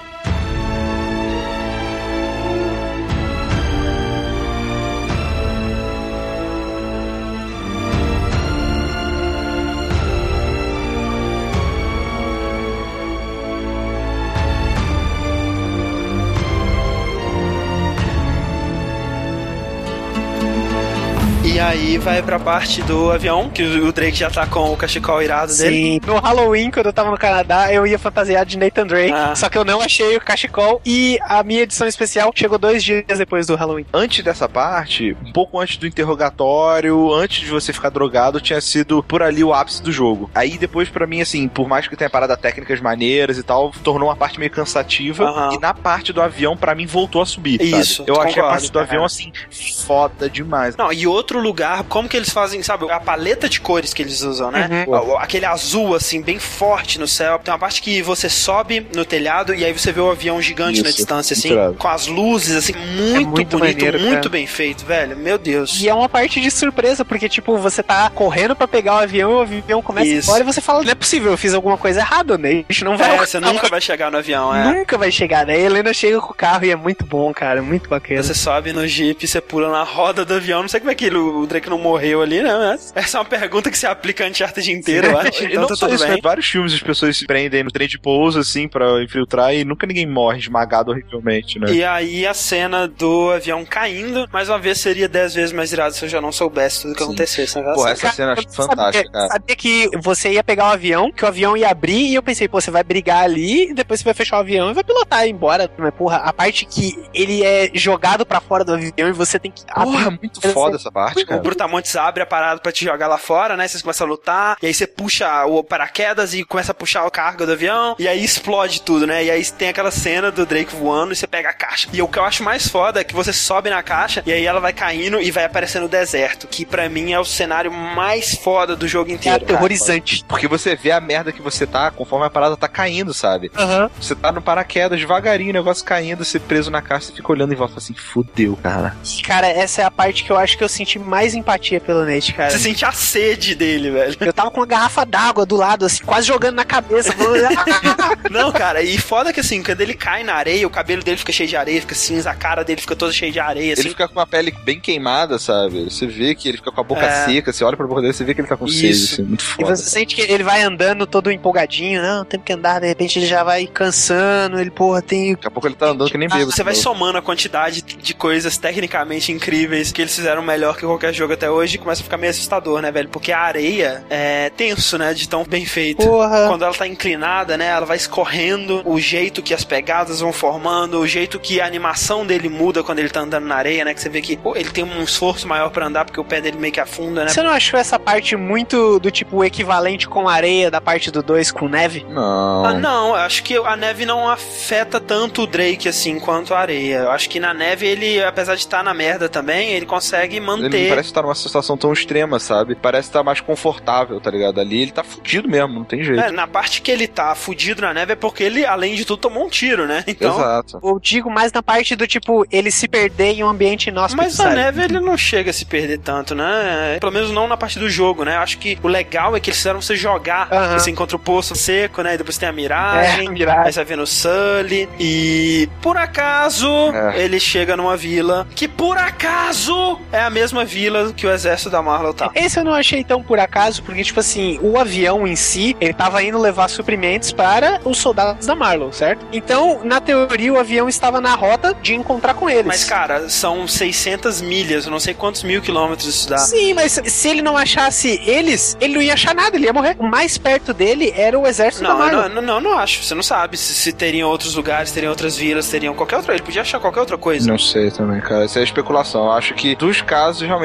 E aí vai pra parte do avião, que o Drake já tá com o cachecol irado Sim. dele. Sim, no Halloween, quando eu tava no Canadá, eu ia fantasiar de Nathan Drake, ah. só que eu não achei o cachecol e a minha edição especial chegou dois dias depois do Halloween. Antes dessa parte, um pouco antes do interrogatório, antes de você ficar drogado, tinha sido por ali o ápice do jogo. Aí depois, pra mim, assim, por mais que tenha parado técnicas maneiras e tal, tornou uma parte meio cansativa, uh-huh. e na parte do avião, pra mim, voltou a subir, Isso, sabe? Eu concordo, achei a parte do cara. avião, assim, foda demais. Não, e outro lugar, como que eles fazem, sabe, a paleta de cores que eles usam, né? Uhum. Aquele azul, assim, bem forte no céu. Tem uma parte que você sobe no telhado e aí você vê o avião gigante Isso, na distância, assim, entrado. com as luzes, assim, muito, é muito bonito, maneiro, muito cara. bem feito, velho. Meu Deus. E é uma parte de surpresa, porque, tipo, você tá correndo pra pegar o avião e o avião começa Isso. a ir embora e você fala, não é possível, eu fiz alguma coisa errada, né? A gente não vai... É, você nunca vai chegar no avião, é. Nunca vai chegar, né? A Helena chega com o carro e é muito bom, cara, muito bacana. Você sobe no Jeep, você pula na roda do avião, não sei como é que o Drake não morreu ali, né? Mas essa é uma pergunta que se aplica a Uncharted inteiro, eu acho. E então não tá tudo isso, bem. Né? Vários filmes as pessoas se prendem no trem de pouso, assim, pra infiltrar e nunca ninguém morre esmagado horrivelmente, né? E aí a cena do avião caindo, mais uma vez, seria dez vezes mais irado se eu já não soubesse tudo que Sim. acontecesse. Né? Pô, essa cena eu acho fantástica, sabia, cara. Sabia que você ia pegar o avião, que o avião ia abrir e eu pensei, pô, você vai brigar ali e depois você vai fechar o avião e vai pilotar e ir embora. Mas, porra, a parte que ele é jogado pra fora do avião e você tem que... Porra, abrir. muito foda essa parte, cara. O Brutamontes abre a parada pra te jogar lá fora, né? Vocês começam a lutar, e aí você puxa o paraquedas e começa a puxar o carga do avião, e aí explode tudo, né? E aí tem aquela cena do Drake voando e você pega a caixa. E o que eu acho mais foda é que você sobe na caixa e aí ela vai caindo e vai aparecendo o deserto, que pra mim é o cenário mais foda do jogo inteiro. É aterrorizante. Cara, porque você vê a merda que você tá conforme a parada tá caindo, sabe? Uhum. Você tá no paraquedas, devagarinho, o negócio caindo, você preso na caixa, você fica olhando em volta assim, fudeu, cara. Cara, essa é a parte que eu acho que eu senti mais empatia pelo Nate, cara. Você sente a sede dele, velho. Eu tava com uma garrafa d'água do lado, assim, quase jogando na cabeça. Não, cara, e foda que assim, quando ele cai na areia, o cabelo dele fica cheio de areia, fica cinza, a cara dele fica toda cheia de areia, assim. Ele fica com a pele bem queimada, sabe? Você vê que ele fica com a boca é. seca, você olha pra boca dele, você vê que ele tá com sede, assim, muito foda. E você sente que ele vai andando todo empolgadinho, não, tem que andar, de repente ele já vai cansando, ele, porra, tem... Daqui a pouco ele tá andando que nem bêbado. Você vai somando a quantidade de coisas tecnicamente incríveis que eles fizeram melhor que qualquer jogo até hoje e começa a ficar meio assustador, né, velho? Porque a areia é tenso, né, de tão bem feito. Porra. Quando ela tá inclinada, né, ela vai escorrendo, o jeito que as pegadas vão formando, o jeito que a animação dele muda quando ele tá andando na areia, né, que você vê que, pô, ele tem um esforço maior pra andar porque o pé dele meio que afunda, né? Você não achou essa parte muito do tipo equivalente com areia da parte do dois com neve? Não. Ah, não, eu acho que a neve não afeta tanto o Drake assim quanto a areia. Eu acho que na neve ele, apesar de estar na merda também, ele consegue manter. Ele não parece estar numa situação tão extrema, sabe? Parece estar mais confortável, tá ligado? Ali ele tá fudido mesmo, não tem jeito. É, na parte que ele tá fudido na neve é porque ele, além de tudo, tomou um tiro, né? Então, exato. Eu digo mais na parte do tipo, ele se perder em um ambiente inóspito. Mas na neve ele não chega a se perder tanto, né? Pelo menos não na parte do jogo, né? Eu acho que o legal é que eles fizeram você jogar, uhum. Você encontra o poço seco, né? E depois tem a miragem, é, a miragem. Aí você vai vendo o Sully e por acaso é. ele chega numa vila que por acaso é a mesma vila que o exército da Marlowe tá. Esse eu não achei tão por acaso, porque tipo assim, o avião em si, ele tava indo levar suprimentos para os soldados da Marlowe, certo? Então, na teoria, o avião estava na rota de encontrar com eles. Mas cara, são seiscentas milhas, eu não sei quantos mil quilômetros isso dá. Sim, mas se ele não achasse eles, ele não ia achar nada, ele ia morrer. O mais perto dele era o exército não, da Marlowe. Não, não, não acho, você não sabe se, se teriam outros lugares, teriam outras vilas, teriam qualquer outra, ele podia achar qualquer outra coisa. Não sei também, cara, isso é especulação. Eu acho que dos casos, realmente,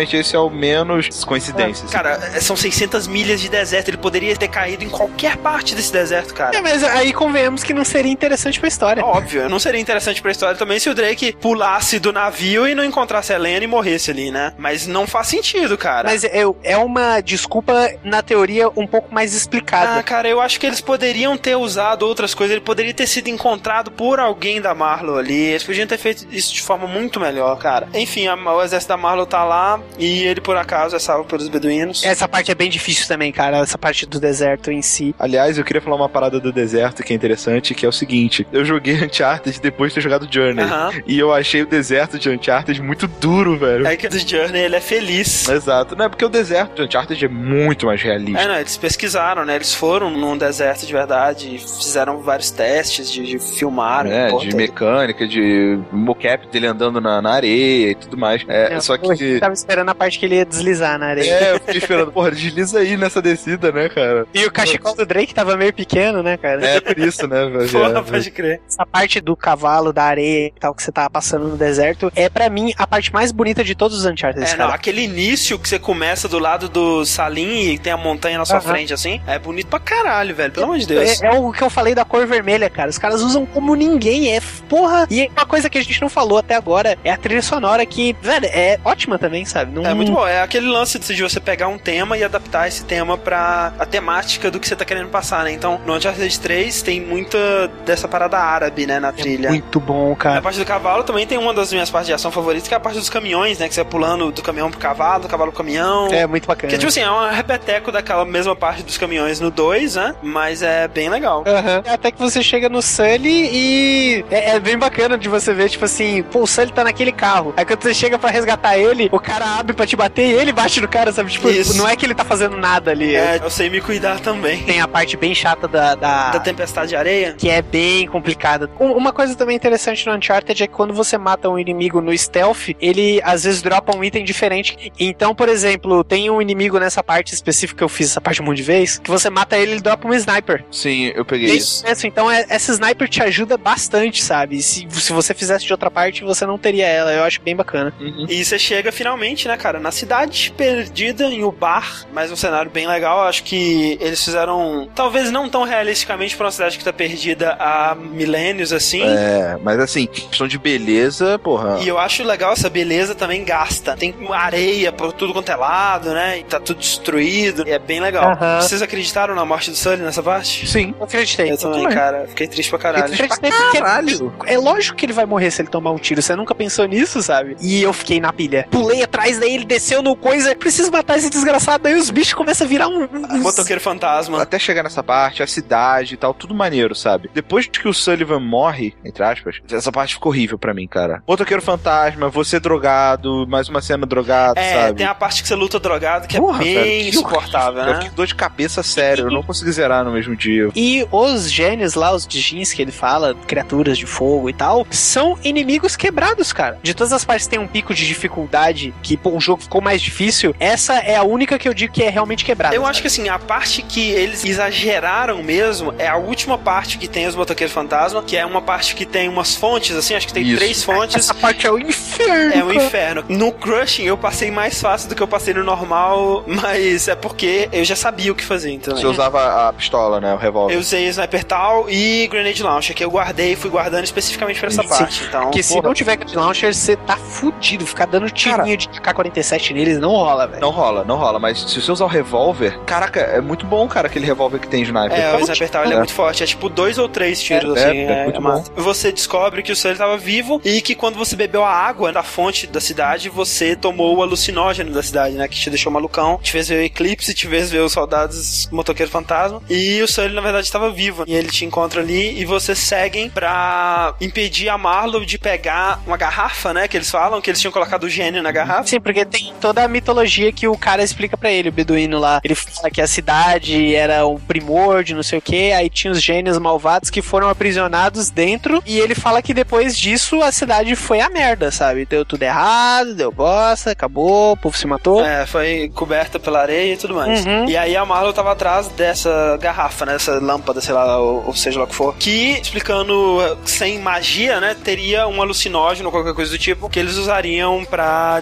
provavelmente esse é o menos coincidência. É, cara, são seiscentas milhas de deserto, ele poderia ter caído em qualquer parte desse deserto, cara. É, mas aí convenhamos que não seria interessante pra história. Óbvio, não seria interessante pra história também se o Drake pulasse do navio e não encontrasse a Helena e morresse ali, né? Mas não faz sentido, cara. Mas é, é uma desculpa, na teoria, um pouco mais explicada. Ah, cara, eu acho que eles poderiam ter usado outras coisas, ele poderia ter sido encontrado por alguém da Marlowe ali, eles podiam ter feito isso de forma muito melhor, cara. Enfim, a, o exército da Marlowe tá lá e ele, por acaso, é salvo pelos beduínos. Essa parte é bem difícil também, cara, essa parte do deserto em si. Aliás, eu queria falar uma parada do deserto que é interessante, que é o seguinte, eu joguei Uncharted depois de ter jogado Journey, uh-huh. e eu achei o deserto de Uncharted muito duro, velho. É que o Journey, ele é feliz. Exato, não é porque o deserto de Uncharted é muito mais realista. É, não, eles pesquisaram, né, eles foram num deserto de verdade, fizeram vários testes de, de filmar. É, de todo. Mecânica, de mocap dele andando na, na areia e tudo mais. É, é, só que... Eu tava esperando a parte que ele ia deslizar na areia. É, eu fiquei esperando, porra, desliza aí nessa descida, né, cara? E o cachecol do Drake tava meio pequeno, né, cara? É, por isso, né, velho? Porra, pode crer. Essa parte do cavalo, da areia e tal, que você tava passando no deserto, é pra mim a parte mais bonita de todos os Uncharted, É, cara. não, aquele início que você começa do lado do Salim e tem a montanha na sua uh-huh. frente, assim, é bonito pra caralho, velho, pelo amor de Deus. É, é o que eu falei da cor vermelha, cara. Os caras usam como ninguém, é porra. E uma coisa que a gente não falou até agora é a trilha sonora que, velho, é ótima também, sabe? Não... É muito bom, é aquele lance de você pegar um tema e adaptar esse tema pra a temática do que você tá querendo passar, né? Então, no Uncharted três tem muita dessa parada árabe, né, na trilha. É muito bom, cara. A parte do cavalo também tem uma das minhas partes de ação favoritas, que é a parte dos caminhões, né? Que você vai pulando do caminhão pro cavalo, do cavalo pro caminhão. É, muito bacana. Que, tipo assim, é um repeteco daquela mesma parte dos caminhões no dois, né? Mas é bem legal. Uhum. Até que você chega no Sully e é, é bem bacana de você ver, tipo assim, pô, o Sully tá naquele carro. Aí quando você chega pra resgatar ele, o cara abre pra te bater e ele bate no cara, sabe? Tipo, Isso. Não é que ele tá fazendo nada ali. É, eu sei me cuidar também. Tem a parte bem chata da... Da, da tempestade de areia. Que é bem complicada. Uma coisa também interessante no Uncharted é que quando você mata um inimigo no stealth, ele às vezes dropa um item diferente. Então, por exemplo, tem um inimigo nessa parte específica que eu fiz essa parte um monte de vez, que você mata ele, ele dropa um sniper. Sim, eu peguei e isso. isso. Então, é, essa sniper te ajuda bastante, sabe? Se, se você fizesse de outra parte, você não teria ela. Eu acho bem bacana. Uhum. E você chega finalmente, né, cara, na cidade perdida, em Ubar, mais um cenário bem legal. Eu acho que eles fizeram, talvez não tão realisticamente pra uma cidade que tá perdida há milênios, assim. É, mas assim, questão de beleza, porra. E eu acho legal essa beleza também gasta. Tem areia por tudo quanto é lado, né? E tá tudo destruído. E é bem legal. Uhum. Vocês acreditaram na morte do Sully nessa parte? Sim. Eu acreditei. Eu também, também. cara. Fiquei triste pra caralho. Fiquei triste pra caralho. É lógico que ele vai morrer se ele tomar um tiro. Você nunca pensou nisso, sabe? E eu fiquei na pilha. Pulei atrás, daí ele desceu no coisa. Preciso matar esse desgraçado. Daí os bichos começam a virar um... um... motoqueiro fantasma. Até chegar nessa parte, a cidade e tal, tudo maneiro, sabe? Depois que o Sullivan morre, entre aspas, essa parte ficou horrível pra mim, cara. Motoqueiro fantasma, você drogado, mais uma cena drogado, é, sabe? É, tem a parte que você luta drogado que Porra, é bem velho, insuportável, eu né? Eu fiquei dor de cabeça sério, eu não consegui zerar no mesmo dia. E os gênios lá, os djinns que ele fala, criaturas de fogo e tal, são inimigos quebrados, cara. De todas as partes tem um pico de dificuldade, que pô, o jogo ficou mais difícil, essa é a única que eu digo que é realmente quebrada. Eu sabe? acho que assim, a parte que eles exageraram mesmo é a última parte que tem os motoqueiros fantasma, que é uma parte que tem umas fontes, assim, acho que tem Isso. três fontes. Essa parte é o inferno. É o inferno. No Crushing eu passei mais fácil do que eu passei no normal, mas é porque eu já sabia o que fazer, então. Você usava a pistola, né, o revólver. Eu usei Sniper Tal e Grenade Launcher, que eu guardei e fui guardando especificamente pra essa Sim. parte, então... Porque se não tiver Grenade Launcher, você tá fudido, ficar dando tirinho Cara, de K quarenta e sete neles não rola, velho. Não rola, não rola, mas se você usar o revólver, caraca, é muito bom, cara, aquele revólver que tem Sniper. É, o Sniper Tal, ele é. é muito forte, é tipo dois ou três tiros, é, assim, é, é muito bom. Você descobre que o Sully tava vivo e que quando você bebeu a água da fonte da cidade, você tomou o alucinógeno da cidade, né, que te deixou malucão, te fez ver o eclipse, te fez ver os soldados motoqueiro fantasma, e o Sully, na verdade, estava vivo, e ele te encontra ali, e vocês seguem pra impedir a Marlowe de pegar uma garrafa, né, que eles falam, que eles tinham colocado o gênio na garrafa. Sim, porque tem toda a mitologia que o cara explica pra ele, o beduíno lá, ele fala que a cidade era um primórdio, não sei o que, aí tinha os gênios malvados que foram aprisionados dentro, e ele fala que depois disso a cidade foi a merda, sabe, deu tudo errado, deu bosta, acabou, o povo se matou. É, foi coberta pela areia e tudo mais. Uhum. E aí a Marlowe tava atrás dessa garrafa, né, essa lâmpada, sei lá, ou, ou seja lá o que for, que, explicando sem magia, né, teria um alucinógeno ou qualquer coisa do tipo, que eles usariam pra destruir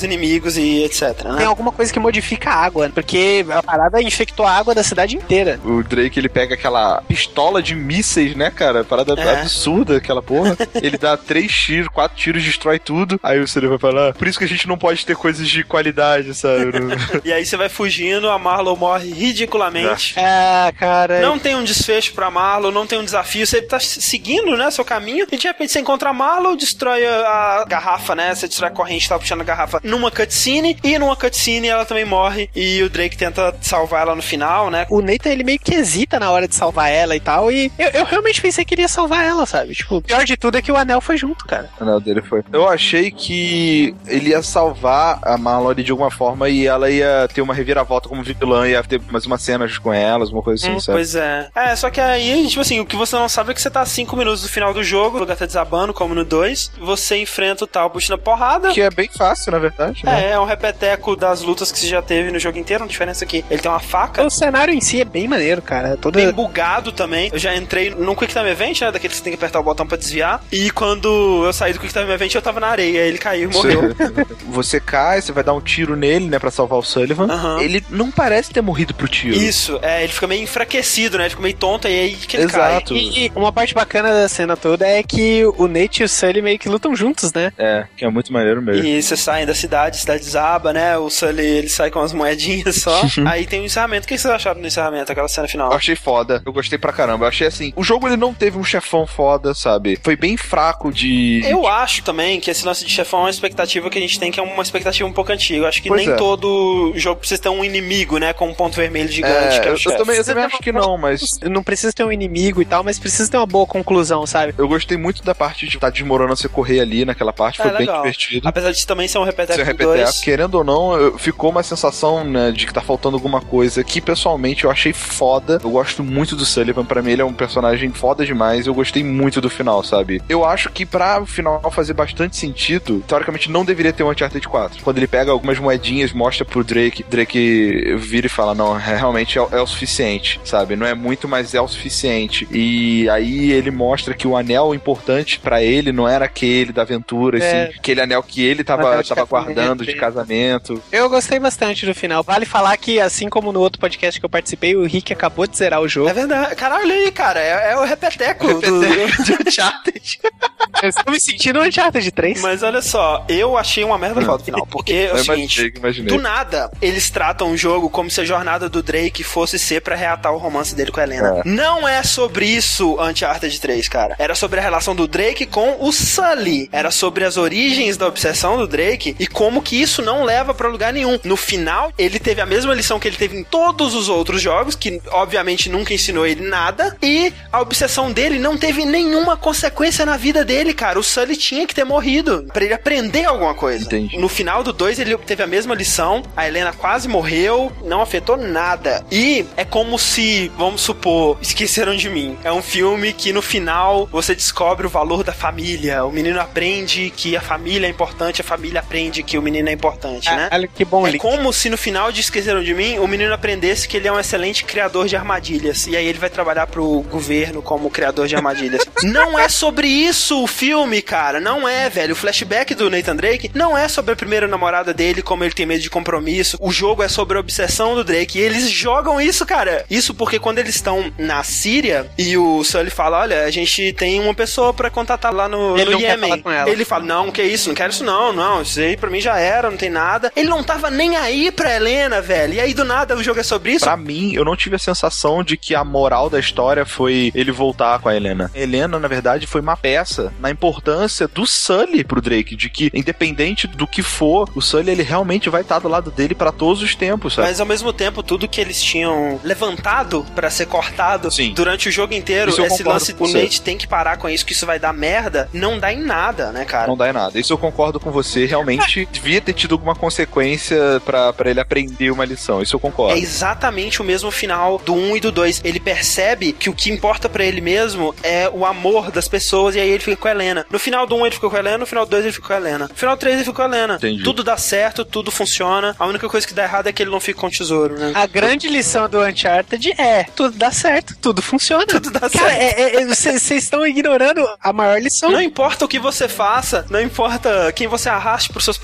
os inimigos e etc, né? Tem alguma coisa que modifica a água, porque a parada infectou a água da cidade inteira. O Drake, ele pega aquela pistola de mísseis, né, cara? Parada É. absurda, aquela porra. Ele dá três tiros, quatro tiros, destrói tudo. Aí o Sully vai falar, por isso que a gente não pode ter coisas de qualidade, sabe? E aí você vai fugindo, a Marlowe morre ridiculamente. Ah, cara. Não tem um desfecho pra Marlowe, não tem um desafio. Você tá seguindo, né, seu caminho, e de repente você encontra a Marlowe, destrói a, a garrafa, né? Você destrói a corrente, tá puxando a garrafa numa cutscene, e numa cutscene ela também morre, e o Drake tenta salvar ela no final, né? O Nathan, ele meio que hesita na hora de salvar ela e tal, e eu, eu realmente pensei que ele ia salvar ela, sabe? Tipo, o pior de tudo é que o anel foi junto, cara. O anel dele foi. Eu achei que ele ia salvar a Marlowe de alguma forma e ela ia ter uma reviravolta como vilã, ia ter mais uma cena com elas, uma coisa assim, Hum, sabe? pois é. É, só que aí, tipo assim, o que você não sabe é que você tá a cinco minutos do final do jogo, o lugar tá desabando, como no dois, você enfrenta o Talbot na porrada. Que é bem fácil, na verdade, né? É, é um repeteco das lutas que você já teve no jogo inteiro, a diferença aqui. Ele tem uma faca. O cenário em si é bem maneiro, cara. É todo... Bem bugado também. Eu já entrei num Quick Time Event, né? Daquele que você tem que apertar o botão pra desviar. E quando eu saí do Quick Time Event, eu tava na areia. Ele caiu e morreu. Você cai, você vai dar um tiro nele, né? Pra salvar o Sullivan. Uhum. Ele não parece ter morrido pro tiro. Isso, é, ele fica meio enfraquecido, né? Ele fica meio tonto e aí que ele Exato. cai. E uma parte bacana da cena toda é que o Nate e o Sully meio que lutam juntos, né? É, que é muito maneiro mesmo. E você sai da cidade, a cidade desaba, né? O Sully, ele sai com as moedinhas só. Aí tem o encerramento. O que vocês acharam do encerramento, aquela cena final? Eu achei foda. Eu gostei pra caramba. Eu achei assim, o jogo ele não teve um chefão foda, sabe? Foi bem fraco de... Eu acho também que esse lance de chefão é uma expectativa que a gente tem, que é uma expectativa um pouco antiga. Eu acho que Pois nem é. todo jogo precisa ter um inimigo, né? Com um ponto vermelho gigante, É, que é o eu, chefe. eu também, eu também acho que não, mas... Não precisa ter um inimigo e tal, mas precisa ter uma boa conclusão, sabe? Eu gostei muito da parte de estar desmoronando você correr ali naquela parte, É, foi bem legal. divertido. Apesar de também ser um repeteco Seu do repeteco, dois. querendo ou não, eu- ficou uma sensação, né, de que tá faltando alguma coisa que, pessoalmente, eu achei foda. Eu gosto muito do Sullivan, pra mim ele é um personagem foda demais, eu gostei muito do final, sabe? Eu acho que pra o final fazer bastante sentido, teoricamente não deveria ter um Uncharted quatro. Quando ele pega algumas moedinhas, mostra pro Drake, Drake vira e fala, não, realmente é, é o suficiente, sabe? Não é muito, mas é o suficiente. E aí ele mostra que o anel importante pra ele não era aquele da aventura, É. assim, aquele anel que ele Anel tava, de tava casamento, guardando de é. casamento. Eu gostei bastante do final. Vale falar que, assim como no outro podcast que eu participei, o Rick acabou de zerar o jogo. É verdade. Caralho, olha aí, cara. É, é o repeteco, do, do Uncharted. Eu estou me sentindo um Uncharted três. Mas olha só, eu achei uma merda foda no final. Porque é o Eu seguinte, imaginei, imaginei. do nada, eles tratam o jogo como se a jornada do Drake fosse ser pra reatar o romance dele com a Helena. É. Não é sobre isso Uncharted três, cara. Era sobre a relação do Drake com o Sully. Era sobre as origens da obsessão do Drake e como que isso não leva pra lugar nenhum. No final, ele teve a mesma lição que ele teve em todos os outros jogos, que obviamente nunca ensinou ele nada, e a obsessão dele não teve nenhuma consequência na vida dele, cara. O Sully tinha que ter morrido pra ele aprender alguma coisa. Entendi. No final do dois, ele teve a mesma lição, a Helena quase morreu, não afetou nada. E é como se, vamos supor, Esqueceram de Mim. É um filme que no final você descobre o valor da família. O menino aprende que a família é importante, a família aprende que o menino é importante, né? Olha que bom, É Link. como se no final de Esqueceram de Mim, o menino aprendesse que ele é um excelente criador de armadilhas. E aí ele vai trabalhar pro governo como criador de armadilhas. Não é sobre isso o filme, cara. Não é, velho. O flashback do Nathan Drake não é sobre a primeira namorada dele, como ele tem medo de compromisso. O jogo é sobre a obsessão do Drake. E eles jogam isso, cara. Isso porque quando eles estão na Síria e o Sully fala, olha, a gente tem uma pessoa pra contatar lá no, Ele no não quer Iêmen. falar com ela. Ele fala, não, que isso, não quero isso não, não, isso aí pra mim já era, não tem nada. Ele não tava nem aí pra Helena, velho. E aí do nada o jogo é sobre isso. Pra mim, eu não tive a sensação de que a moral da história foi ele voltar com a Helena. Helena, na verdade, foi uma peça na importância do Sully pro Drake, de que, independente do que for, o Sully, ele realmente vai estar do lado dele pra todos os tempos, sabe? Mas ao mesmo tempo, tudo que eles tinham levantado pra ser cortado Sim. durante o jogo inteiro, Isso eu esse concordo lance, com o você. Nate tem que parar com isso, que isso vai dar merda, não dá em nada, né, cara? Não dá em nada. Isso eu concordo com você. Realmente devia ter tido alguma consequência pra, pra ele aprender uma lição. Isso eu concordo. É exatamente o mesmo final do um e do dois. Ele percebe que o que importa pra ele mesmo é o amor das pessoas, e aí ele fica com a Helena. No final do um ele ficou com a Helena, no final do dois ele ficou com a Helena. No final do três ele ficou com a Helena. Entendi. Tudo dá certo, tudo funciona. A única coisa que dá errado é que ele não fica com o tesouro, né? A grande lição do Uncharted é tudo dá certo, tudo funciona. Tudo dá Cara, certo. vocês estão ignorando a maior lição. Não importa o que você faça, não importa quem você arraste pros seus problemas,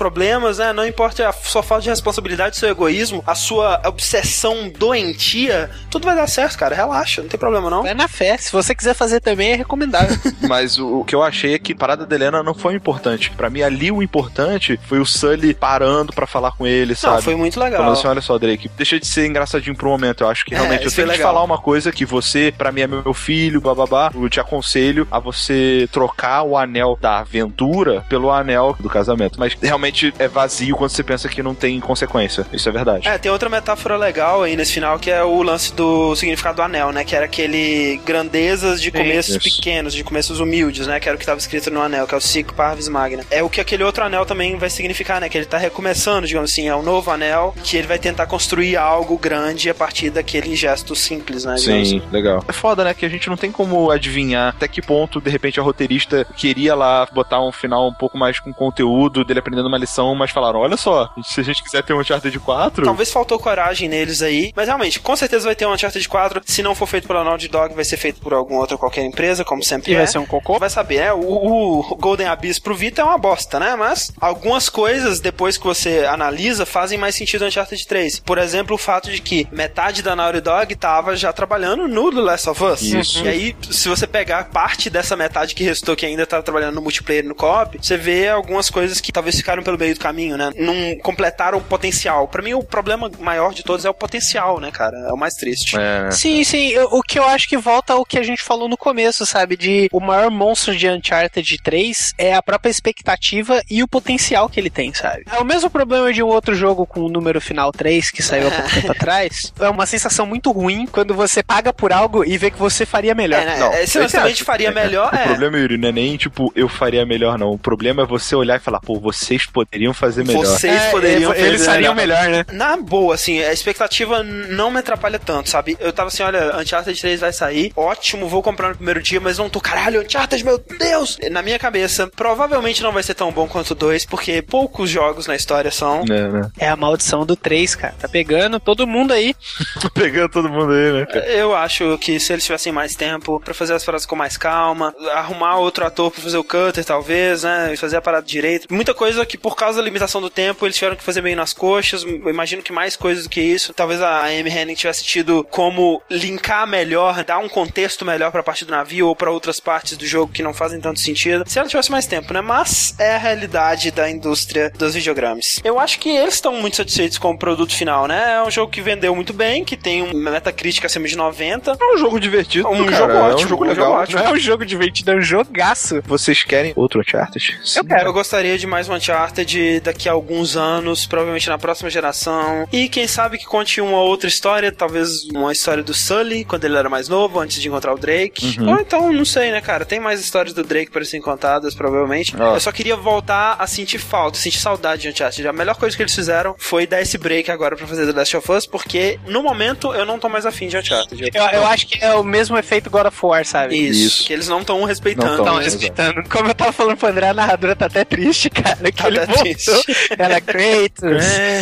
problemas, né? Não importa a sua falta de responsabilidade, seu egoísmo, a sua obsessão doentia, tudo vai dar certo, cara. Relaxa, não tem problema não. Vai na fé. Se você quiser fazer também, é recomendável. Mas o, o que eu achei é que a parada da Helena não foi importante. Pra mim, ali o importante foi o Sully parando pra falar com ele, sabe? Não, foi muito legal. Falando assim, olha só, Drake, deixa de ser engraçadinho por um momento. Eu acho que realmente é, eu tenho que falar uma coisa que você, pra mim, é meu filho, bababá. Eu te aconselho a você trocar o anel da aventura pelo anel do casamento. Mas realmente é vazio quando você pensa que não tem consequência. Isso é verdade. É, tem outra metáfora legal aí nesse final, que é o lance do significado do anel, né? Que era aquele grandezas de começos Isso. pequenos, de começos humildes, né? Que era o que estava escrito no anel, que é o Sic Parvis Magna. É o que aquele outro anel também vai significar, né? Que ele tá recomeçando, digamos assim, é um novo anel, que ele vai tentar construir algo grande a partir daquele gesto simples, né? Sim, assim. Legal. É foda, né? Que a gente não tem como adivinhar até que ponto, de repente, a roteirista queria lá botar um final um pouco mais com conteúdo, dele aprendendo uma lição, mas falaram, olha só, se a gente quiser ter um Uncharted quatro... Talvez faltou coragem neles aí, mas realmente, com certeza vai ter um Uncharted quatro, se não for feito pela Naughty Dog, vai ser feito por alguma outra qualquer empresa, como sempre e é. vai ser um cocô? Vai saber, né? O, o Golden Abyss pro Vita é uma bosta, né? Mas algumas coisas, depois que você analisa, fazem mais sentido no Uncharted três. Por exemplo, o fato de que metade da Naughty Dog tava já trabalhando no The Last of Us. Isso. E aí, se você pegar parte dessa metade que restou, que ainda tava trabalhando no multiplayer e no co-op, você vê algumas coisas que talvez ficaram pelo meio do caminho, né? Não completaram o potencial. Pra mim, o problema maior de todos é o potencial, né, cara? É o mais triste. É. Sim, sim. Eu, o que eu acho que volta ao que a gente falou no começo, sabe? De o maior monstro de Uncharted três é a própria expectativa e o potencial que ele tem, sabe? É o mesmo problema de um outro jogo com o número final três, que saiu há pouco tempo atrás. É uma sensação muito ruim quando você paga por algo e vê que você faria melhor. É, né? Não, se você realmente faria melhor, o é. O problema, Yuri, não é nem, tipo, eu faria melhor, não. O problema é você olhar e falar, pô, vocês poderiam fazer melhor. Vocês é, poderiam fazer Eles fariam melhor, melhor, né? Na boa, assim, a expectativa não me atrapalha tanto, sabe? Eu tava assim, olha, Uncharted três vai sair, ótimo, vou comprar no primeiro dia, mas não tô, caralho, Uncharted, meu Deus! Na minha cabeça, provavelmente não vai ser tão bom quanto o dois, porque poucos jogos na história são. É, né? É a maldição do três, cara. Tá pegando todo mundo aí. Pegando todo mundo aí, né, cara? Eu acho que se eles tivessem mais tempo pra fazer as paradas com mais calma, arrumar outro ator pra fazer o Cutter, talvez, né? Fazer a parada direito. Muita coisa que, por causa da limitação do tempo, eles tiveram que fazer meio nas coxas. Eu imagino que mais coisas do que isso. Talvez a Amy Hennig tivesse tido como linkar melhor, dar um contexto melhor pra parte do navio ou pra outras partes do jogo que não fazem tanto sentido. Se ela tivesse mais tempo, né? Mas é a realidade da indústria dos videogames. Eu acho que eles estão muito satisfeitos com o produto final, né? É um jogo que vendeu muito bem, que tem uma Metacritic acima de noventa. É um jogo divertido, um cara. jogo ótimo, é um jogo um legal. Jogo ótimo. Não é um jogo divertido, é um jogaço. Vocês querem outro Uncharted? Eu quero. Eu gostaria de mais um Uncharted daqui a alguns anos, provavelmente na próxima geração. E quem sabe que conte uma outra história, talvez uma história do Sully, quando ele era mais novo, antes de encontrar o Drake. Uhum. Ou então, não sei, né, cara? Tem mais histórias do Drake para serem contadas, provavelmente. Oh. Eu só queria voltar a sentir falta, sentir saudade de Uncharted. A melhor coisa que eles fizeram foi dar esse break agora pra fazer The Last of Us, porque no momento eu não tô mais afim de Uncharted. Eu, eu acho que é o mesmo efeito God of War, sabe? Isso, Isso. que eles não estão respeitando. Não estão respeitando. Como eu tava falando pro André, a narradora tá até triste, cara. Que ele voltou. Ela é Kratos.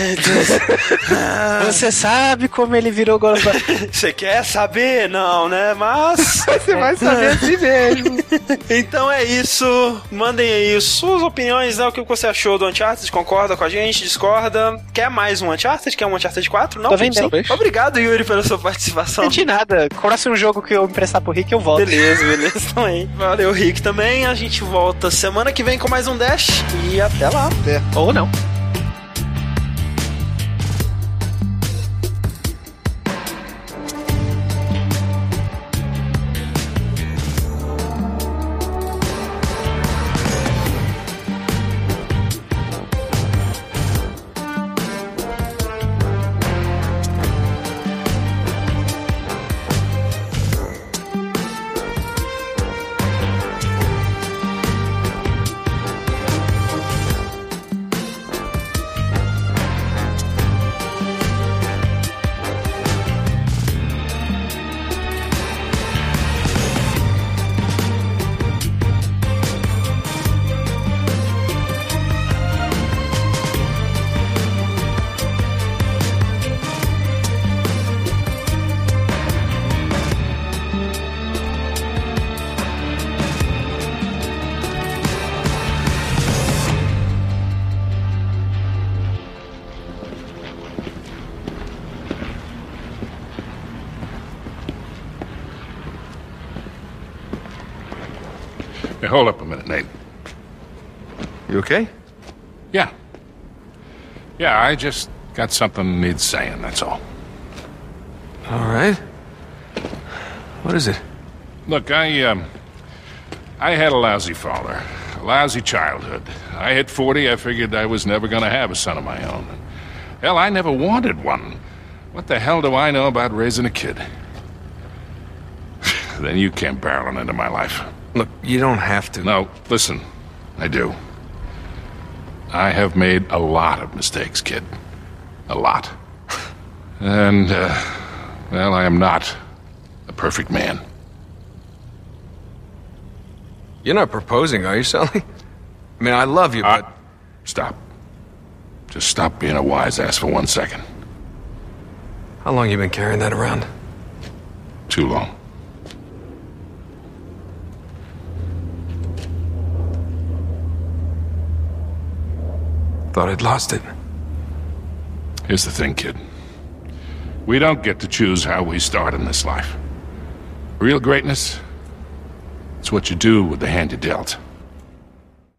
Você sabe como ele virou God of War? Você quer saber? Não, né? Mas... Você vai saber assim mesmo. Então é isso. Mandem aí suas opiniões, né? O que você achou do Uncharted? Concorda com a gente? Discorda? Quer mais um Uncharted? Quer um Uncharted quatro? Não? Tô vendendo. Obrigado, Yuri, pela sua participação. Não de nada. Próximo jogo que eu emprestar pro Rick, eu volto. Beleza, beleza também. Valeu, Rick, também. A gente volta semana que vem com mais um Dash e até lá. É. Ou não. Hey, hold up a minute, Nate. You okay? Yeah. Yeah, I just got something needs saying, that's all. All right. What is it? Look, I, um... I had a lousy father. A lousy childhood. I hit forty, I figured I was never gonna have a son of my own. Hell, I never wanted one. What the hell do I know about raising a kid? Then you came barreling into my life. Look, you don't have to. No, listen. I do. I have made a lot of mistakes, kid. A lot. And, uh, well, I am not a perfect man. You're not proposing, are you, Sully? I mean, I love you, but... Uh, stop. Just stop being a wise ass for one second. How long you been carrying that around? Too long. Thought I'd lost it. Here's the thing, kid. We don't get to choose how we start in this life. Real greatness, it's what you do with the hand you dealt.